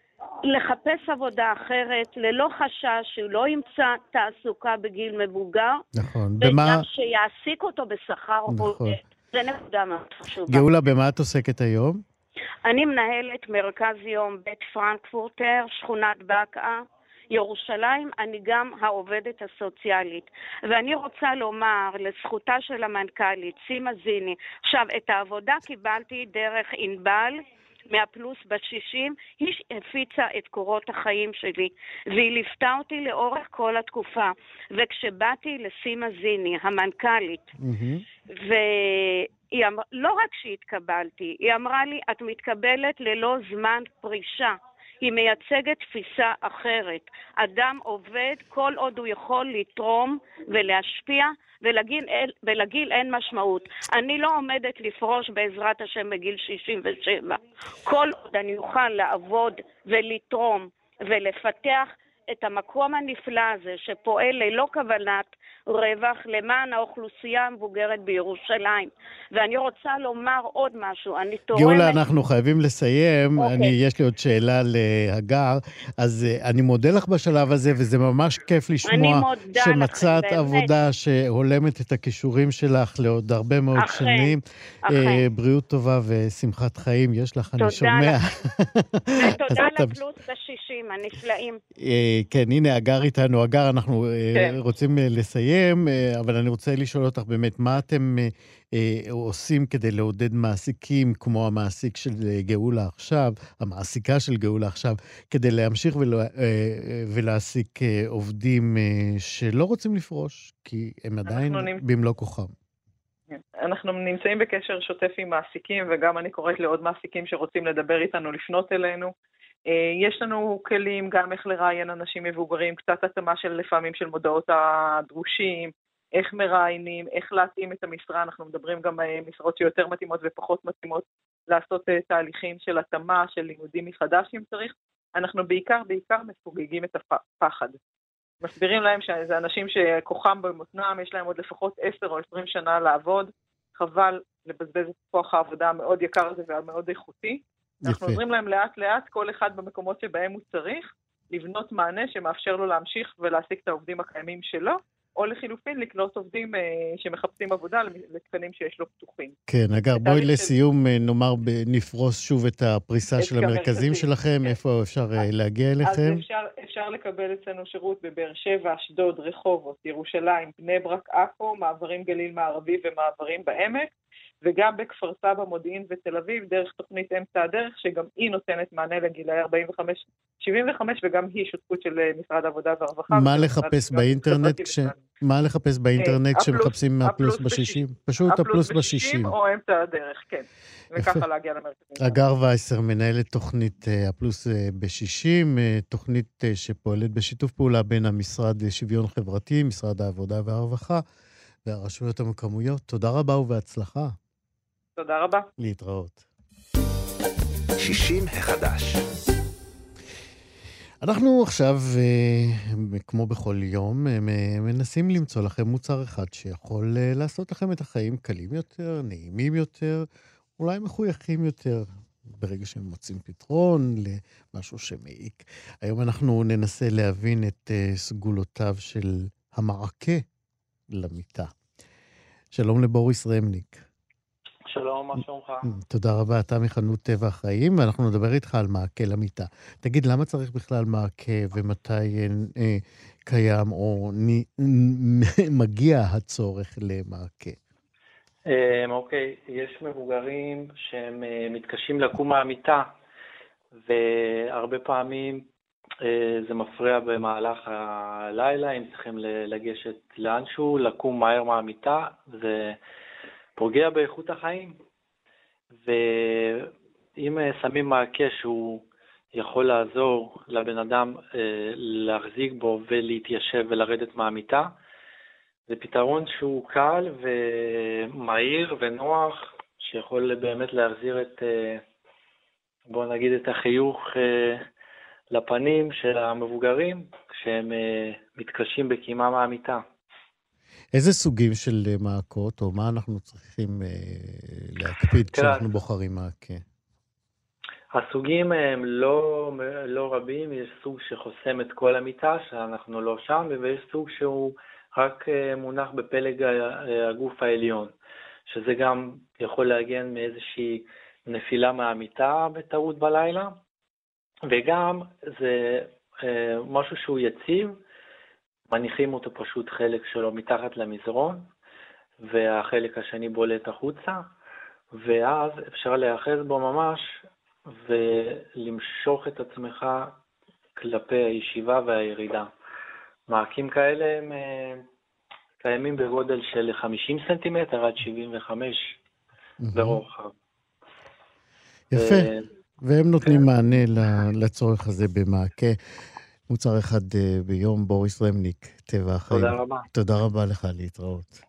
S7: לחפש עבודה אחרת, ללא חשש שהוא לא ימצא תעסוקה בגיל מבוגר.
S2: נכון.
S7: וגם
S2: במה...
S7: שיעסיק אותו בשכר
S2: נכון.
S7: עובד. זה נקודה מאוד חשובה.
S2: גאולה, במה את עוסקת היום?
S7: אני מנהלת מרכז יום בית פרנקפורטר, שכונת בקעה, ירושלים. אני גם העובדת הסוציאלית. ואני רוצה לומר לזכותה של המנכ"לית, סימה זיני, עכשיו, את העבודה קיבלתי דרך ענבל, מהפלוס בשישים, היא הפיצה את קורות החיים שלי, והיא ליפתה אותי לאורך כל התקופה. וכשבאתי לסימה זיני, המנכ"לית, mm-hmm. והיא אמר, לא רק שהתקבלתי, היא אמרה לי, את מתקבלת ללא זמן פרישה. היא מייצגת תפיסה אחרת. אדם עובד כל עוד הוא יכול לתרום ולהשפיע, ולגיל, ולגיל אין משמעות. אני לא עומדת לפרוש בעזרת השם בגיל שישים ושבע. כל עוד אני אוכל לעבוד ולתרום ולפתח את המקום הנפלא הזה שפועל ללא כוונת רווח למען האוכלוסייה המבוגרת בירושלים. ואני רוצה לומר עוד משהו. אני תורמת...
S2: גאולה, אנחנו חייבים לסיים. Okay. אני, יש לי עוד שאלה להגר. אז אני מודה לך בשלב הזה, וזה ממש כיף לשמוע שמצאת לכם, עבודה שהולמת את הכישורים שלך לעוד הרבה מאוד אחרי, שנים. אחרי. בריאות טובה ושמחת חיים יש לך, אני שומע.
S7: ותודה לפלוס בשישים, הנפלאים.
S2: כן, הנה, הגר איתנו. הגר, אנחנו כן. רוצים לסיים, אבל אני רוצה לשאול אותך באמת, מה אתם עושים כדי לעודד מעסיקים, כמו המעסיק של גאולה עכשיו, המעסיקה של גאולה עכשיו, כדי להמשיך ולהעסיק עובדים שלא רוצים לפרוש, כי הם עדיין במלוא כוחם.
S6: אנחנו נמצאים בקשר שוטף עם מעסיקים, וגם אני קוראת לעוד מעסיקים שרוצים לדבר איתנו, לפנות אלינו. יש לנו כלים גם איך לראיין אנשים מבוגרים, קצת התאמה של לפעמים של מודעות הדרושים, איך מראיינים, איך להתאים את המשרה. אנחנו מדברים גם משרות שיותר מתאימות ופחות מתאימות, לעשות תהליכים של התאמה, של לימודים מחדש אם צריך. אנחנו בעיקר, בעיקר מפוגגים את הפחד. מסבירים להם שזה אנשים שכוחם במותנם, יש להם עוד לפחות עשר או עשרים שנה לעבוד, חבל לבזבז את כוח העבודה המאוד יקר הזה והמאוד איכותי. אנחנו עוזרים להם לאט לאט, כל אחד במקומות שבהם הוא צריך, לבנות מענה שמאפשר לו להמשיך ולהעסיק את העובדים הקיימים שלו, או לחילופין לקלוט עובדים אה, שמחפשים עבודה לתקנים שיש לו פתוחים.
S2: כן, אגר, בואי לסיום של... נאמר, נפרוס שוב את הפריסה את של המרכזים שלכם, כן. איפה אפשר אז, להגיע אליכם?
S6: אז אפשר, אפשר לקבל אצלנו שירות בבאר שבע, אשדוד, רחובות, ירושלים, בני ברק, עכו, מעברים גליל מערבי ומעברים בעמק, וגם בכפר סבא, מודיעין ותל אביב, דרך תוכנית אמצע הדרך, שגם היא נותנת מענה לגילאי ארבעים וחמש שבעים וחמש, וגם היא שותפות של משרד העבודה והרווחה.
S2: מה לחפש באינטרנט כש... מה לחפש באינטרנט כשמחפשים הפלוס בשישים? פשוט הפלוס בשישים.
S6: או אמצע הדרך, כן. וככה להגיע למרכזים.
S2: הגר וייסר, מנהלת תוכנית הפלוס בשישים, תוכנית שפועלת בשיתוף פעולה בין המשרד לשוויון חברתי, משרד העבודה והרווחה, והרשויות המקומיות. תודה רבה ובהצלחה.
S6: תודה רבה.
S2: להתראות.
S8: שישים החדש.
S2: אנחנו עכשיו, כמו בכל יום, מנסים למצוא לכם מוצר אחד שיכול לעשות לכם את החיים קלים יותר, נעימים יותר, אולי מחויכים יותר, ברגע שהם מוצאים פתרון למשהו שמעיק. היום אנחנו ננסה להבין את סגולותיו של המעקה למיטה. שלום לבוריס רמניק.
S9: שלום, מה שלומך?
S2: תודה רבה, אתה מחנות טבע החיים, ואנחנו נדבר איתך על מעקה למיטה. תגיד, למה צריך בכלל מעקה ומתי אה, אה, קיים או נ, נ, מגיע הצורך למעקה?
S9: אה, אוקיי, יש מבוגרים שהם אה, מתקשים לקום מהמיטה, והרבה פעמים אה, זה מפריע במהלך הלילה, אם צריכים לגשת לאנשהו, לקום מהר מהמיטה, זה פוגע באיכות החיים. ואם שמים מעקה שהוא יכול לעזור לבן אדם אה, להחזיק בו ולהתיישב ולרדת מהמיטה, זה פתרון שהוא קל ומהיר ונוח, שיכול באמת להחזיר את, אה, בוא נגיד, את החיוך אה, לפנים של המבוגרים כשהם אה, מתקשים בקימה מהמיטה.
S2: איזה סוגים של מעקות, או מה אנחנו צריכים אה, להקפיד כשאנחנו בוחרים מעקה?
S9: הסוגים הם לא, לא רבים, יש סוג שחוסם את כל המיטה, שאנחנו לא שם, ויש סוג שהוא רק מונח בפלג הגוף העליון, שזה גם יכול להגן מאיזושהי נפילה מהמיטה בטעות בלילה, וגם זה משהו שהוא יציב, מניחים אותו פשוט חלק שלו מתחת למזרון, והחלק השני בולט החוצה, ואז אפשר להיאחז בו ממש, ולמשוך את עצמך כלפי הישיבה והירידה. מעקים כאלה הם קיימים בגודל של חמישים סנטימטר עד שבעים וחמש ברוחב.
S2: יפה, והם נותנים מענה לצורך הזה במעקה. מוצר אחד ביום, בוריס רמניק, טבע החיים.
S9: תודה רבה.
S2: תודה רבה לך, להתראות.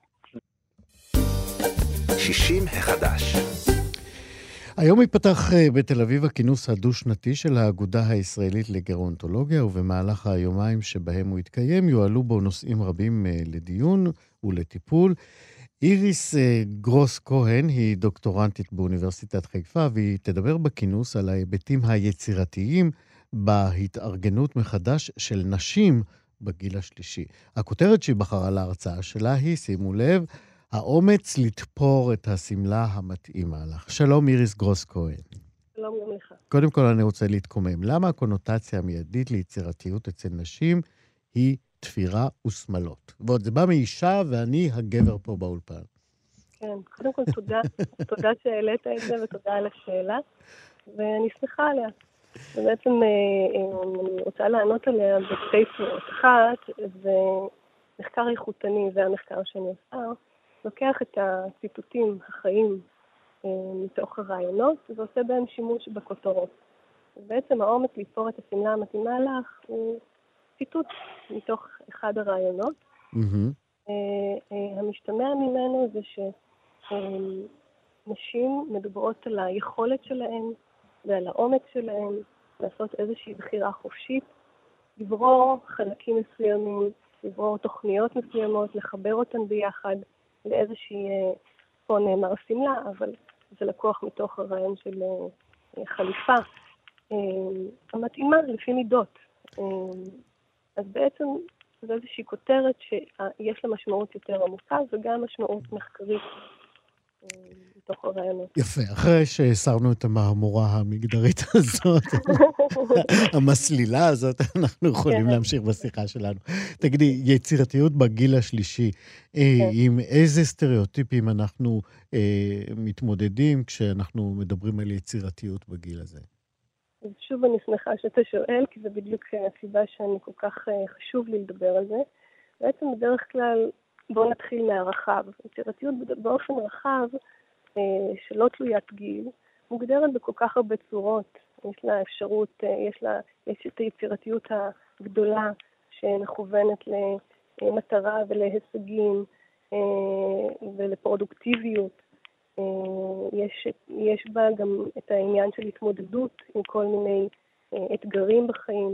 S8: שישים החדש.
S2: היום ייפתח בתל אביב הכינוס הדו-שנתי של האגודה הישראלית לגרונטולוגיה, ובמהלך היומיים שבהם הוא יתקיים יועלו בו נושאים רבים לדיון ולטיפול. איריס גרוס כהן היא דוקטורנטית באוניברסיטת חיפה, והיא תדבר בכינוס על ההיבטים היצירתיים בהתארגנות מחדש של נשים בגיל השלישי. הכותרת שהיא בחרה להרצאה שלה היא, שימו לב, האומץ לתפור את הסמלה המתאימה לך. שלום איריס גרוס כהן.
S10: שלום גם לך.
S2: קודם כל אני רוצה להתקומם. למה הקונוטציה המיידית ליצירתיות אצל נשים היא תפירה וסמלות? ועוד זה בא מאישה ואני הגבר פה באולפן.
S10: כן, קודם כל תודה, תודה שהעלית את זה ותודה על השאלה, ואני שמחה עליה. ובעצם אני רוצה לענות עליה בשתי צורות. אחת, זה מחקר איכותני, זה המחקר שאני עושה, לוקח את הציטוטים החיים מתוך הרעיונות, ועושה בהם שימוש בכותרות. ובעצם האומץ לתפור את הסמלה המתאימה לך הוא ציטוט מתוך אחד הרעיונות. Mm-hmm. המשתמע ממנו זה שנשים מדברות על היכולת שלהן ועל האומץ שלהן לעשות איזושהי בחירה חופשית, לברור חלקים מסוימים, לברור תוכניות מסוימות, לחבר אותן ביחד לאיזושהי, פה נאמר סמלה, אבל זה לקוח מתוך הרעיון של חליפה, המתאימה לפי מידות. אז בעצם זו איזושהי כותרת שיש לה משמעות יותר עמוקה, וגם משמעות מחקרית מתוך הרעיונות.
S2: יפה, אחרי שהסרנו את המהמורה המגדרית הזאת, המסלילה הזאת, אנחנו יכולים להמשיך בשיחה שלנו. תגידי, יצירתיות בגיל השלישי, עם איזה סטריאוטיפים אנחנו מתמודדים כשאנחנו מדברים על יצירתיות בגיל הזה?
S10: אז שוב אני שמחה שאתה שואל, כי זה בדיוק הסיבה שאני כל כך חשוב לי לדבר על זה. בעצם בדרך כלל, בואו נתחיל מהרחב. יצירתיות באופן רחב, שלא תלוית גיל, מוגדרת בכל כך הרבה צורות. יש לה אפשרות, יש לה, יש את היצירתיות הגדולה שמכוונת למטרה ולהישגים ולפרודוקטיביות. יש, יש בה גם את העניין של התמודדות עם כל מיני אתגרים בחיים.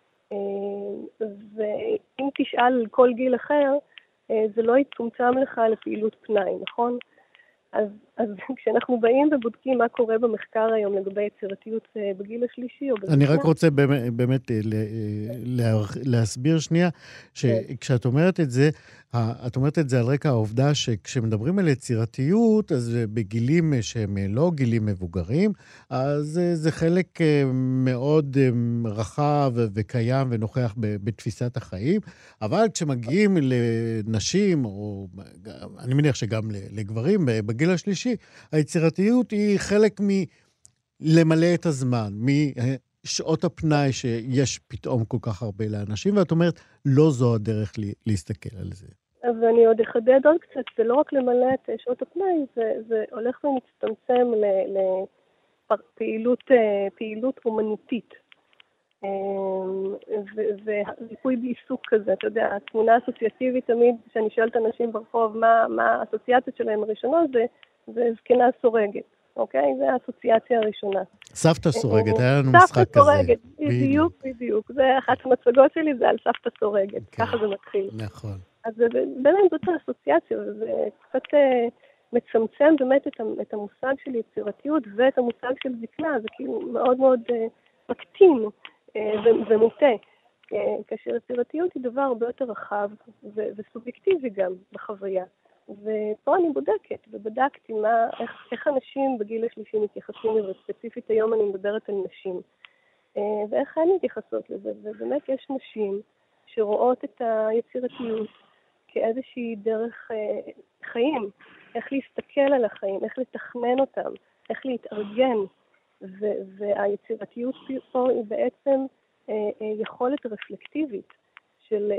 S10: ואם תשאל כל גיל אחר, זה לא יצומצם לך לפעילות פנאי, נכון? אז, אז כשאנחנו באים ובודקים מה קורה במחקר היום לגבי יצירתיות בגיל השלישי או בזקנה...
S1: אני רק רוצה באמת, באמת להסביר שנייה, שכשאת אומרת את זה, את אומרת את זה על רקע העובדה שכשמדברים על יצירתיות, אז בגילים שהם לא גילים מבוגרים, אז זה חלק מאוד רחב וקיים ונוכח בתפיסת החיים, אבל כשמגיעים לנשים, או אני מניח שגם לגברים, בגיל השלישי, היצירתיות היא חלק מלמלא את הזמן, משעות הפנאי שיש פתאום כל כך הרבה לאנשים, ואת אומרת, לא זו הדרך להסתכל על זה.
S10: אז אני עוד אחדד עוד קצת, זה לא רק למלא את שעות הפנאי, זה, זה הולך ומצטמצם לפעילות פעילות אומנותית. וריפוי בעיסוק כזה, אתה יודע, התמונה האסוציאטיבית תמיד, כשאני שואלת אנשים ברחוב, מה, מה האסוציאציות שלהם הראשונות, זה, זה זקנה סורגת, אוקיי? זה האסוציאציה הראשונה.
S1: סבתא סורגת, היה לנו משחק כזה.
S10: סבתא סורגת, בדיוק, בדיוק. זה אחת המצגות שלי, זה על סבתא סורגת, ככה זה מתחיל.
S1: נכון.
S10: אז באמת זאת האסוציאציה, וזה קצת מצמצם באמת את המושג של יצירתיות, ואת המושג של זקנה, זה כאילו מאוד מאוד מקטין. ומוטה, כאשר יצירתיות היא דבר הרבה יותר רחב וסובייקטיבי גם בחוויה. ופה אני בודקת, ובדקתי מה, איך, איך אנשים בגיל השלישי מתייחסים לזה, ספציפית היום אני מדברת על נשים, ואיך הן מתייחסות לזה, ובאמת יש נשים שרואות את היצירתיות כאיזושהי דרך חיים, איך להסתכל על החיים, איך לתכנן אותם, איך להתארגן, והיצירתיות פה היא בעצם יכולת רפלקטיבית של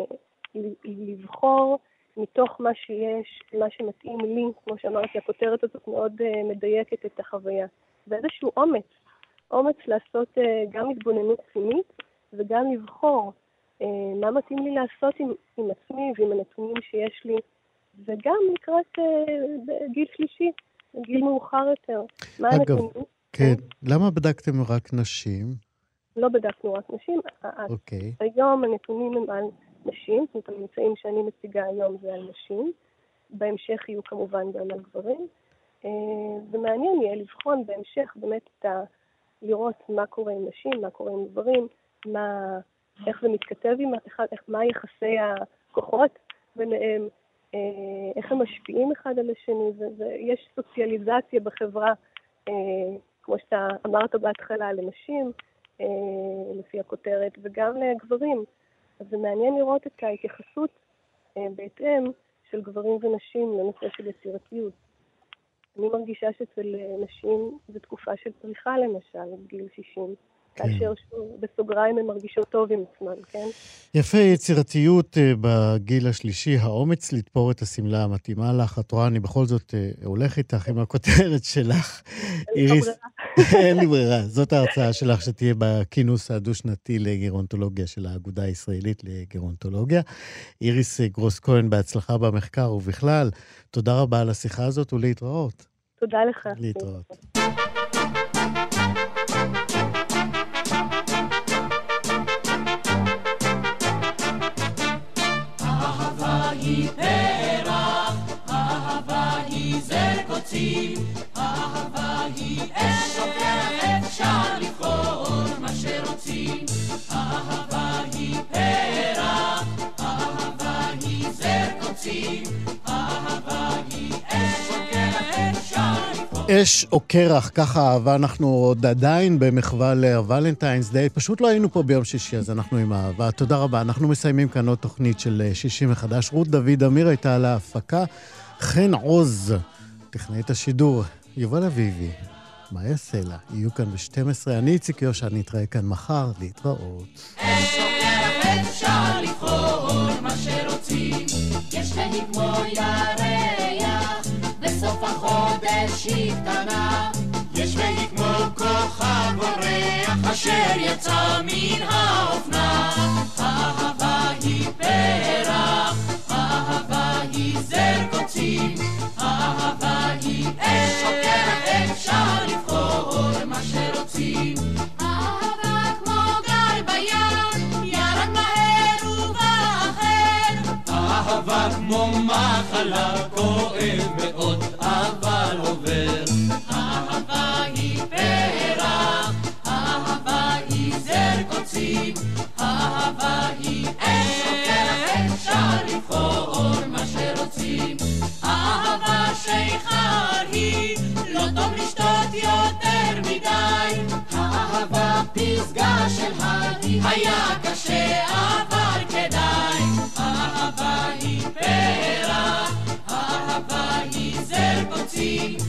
S10: לבחור מתוך מה שיש, מה שמתאים לי, כמו שאמרתי, הכותרת הזאת מאוד מדייקת את החוויה. ואיזשהו אומץ, אומץ לעשות גם התבוננות פנימית וגם לבחור מה מתאים לי לעשות עם, עם עצמי ועם הנתונים שיש לי, וגם לקראת גיל שלישי, גיל מאוחר יותר. מה
S1: אגב,
S10: הנתונים?
S1: כן. למה בדקתם רק נשים?
S10: לא בדקנו רק נשים.
S1: אוקיי.
S10: היום הנתונים הם על נשים, זאת אומרת, הממצאים שאני מציגה היום זה על נשים. בהמשך יהיו כמובן גם על גברים. ומעניין יהיה לבחון בהמשך באמת את ה... לראות מה קורה עם נשים, מה קורה עם גברים, מה... איך זה מתכתב עם אחד, איך, מה יחסי הכוחות ביניהם, איך הם משפיעים אחד על השני, ויש סוציאליזציה בחברה, כמו שאתה אמרת בהתחלה, לנשים, לפי הכותרת, וגם לגברים. אז זה מעניין לראות את ההתייחסות בהתאם של גברים ונשים לנושא של יצירתיות. אני מרגישה שאצל נשים זו תקופה של פריחה למשל, בגיל שישים, כן. כאשר בסוגריים הם מרגישות טוב עם עצמן, כן?
S1: יפה, יצירתיות בגיל השלישי, האומץ לתפור את הסמלה המתאימה לך. את רואה, אני בכל זאת הולך איתך עם הכותרת שלך. איריס, אין לי ברירה. זאת ההרצאה שלך שתהיה בכינוס הדו-שנתי לגרונטולוגיה של האגודה הישראלית לגרונטולוגיה. איריס גרוס כהן, בהצלחה במחקר ובכלל. תודה רבה על השיחה הזאת ולהתראות.
S10: תודה לך.
S1: להתראות.
S11: אהבה היא אש שוקרת, אפשר לבחור מה שרוצים. אהבה היא פרח, אהבה היא זר קוצים. אהבה היא אש שוקרת, אפשר לבחור.
S1: אש או קרח, ככה אהבה. אנחנו עוד עדיין במחווה לוולנטיינס דיי. פשוט לא היינו פה ביום שישי, אז אנחנו עם אהבה. תודה רבה. אנחנו מסיימים כאן עוד תוכנית של שישי מחדש. רות דוד אמיר הייתה על ההפקה. חן עוז טכנאית השידור, יובל אביבי, מה יעשה לה? יהיו כאן ב-שתים עשרה, אני איציק יושע, נתראה כאן מחר, להתראות.
S11: אפשר לבחור מה שרוצים, יש לי כמו ירח, בסוף החודש היא קטנה, יש לי כמו כוכב אורח, אשר יצא מן האופנה. אהבה היא פרח, אהבה היא זר קוצים, אהבה היא אש שוקרת, אפשר לבחור מה שרוצים. אהבה כמו גל בים, ירד מהר ובאחר. אהבה כמו מחלה, כואב מאוד, אהבה פסגה של הרים. היה קשה אבל כדאי, האהבה היא פרח, האהבה היא זר קוצים,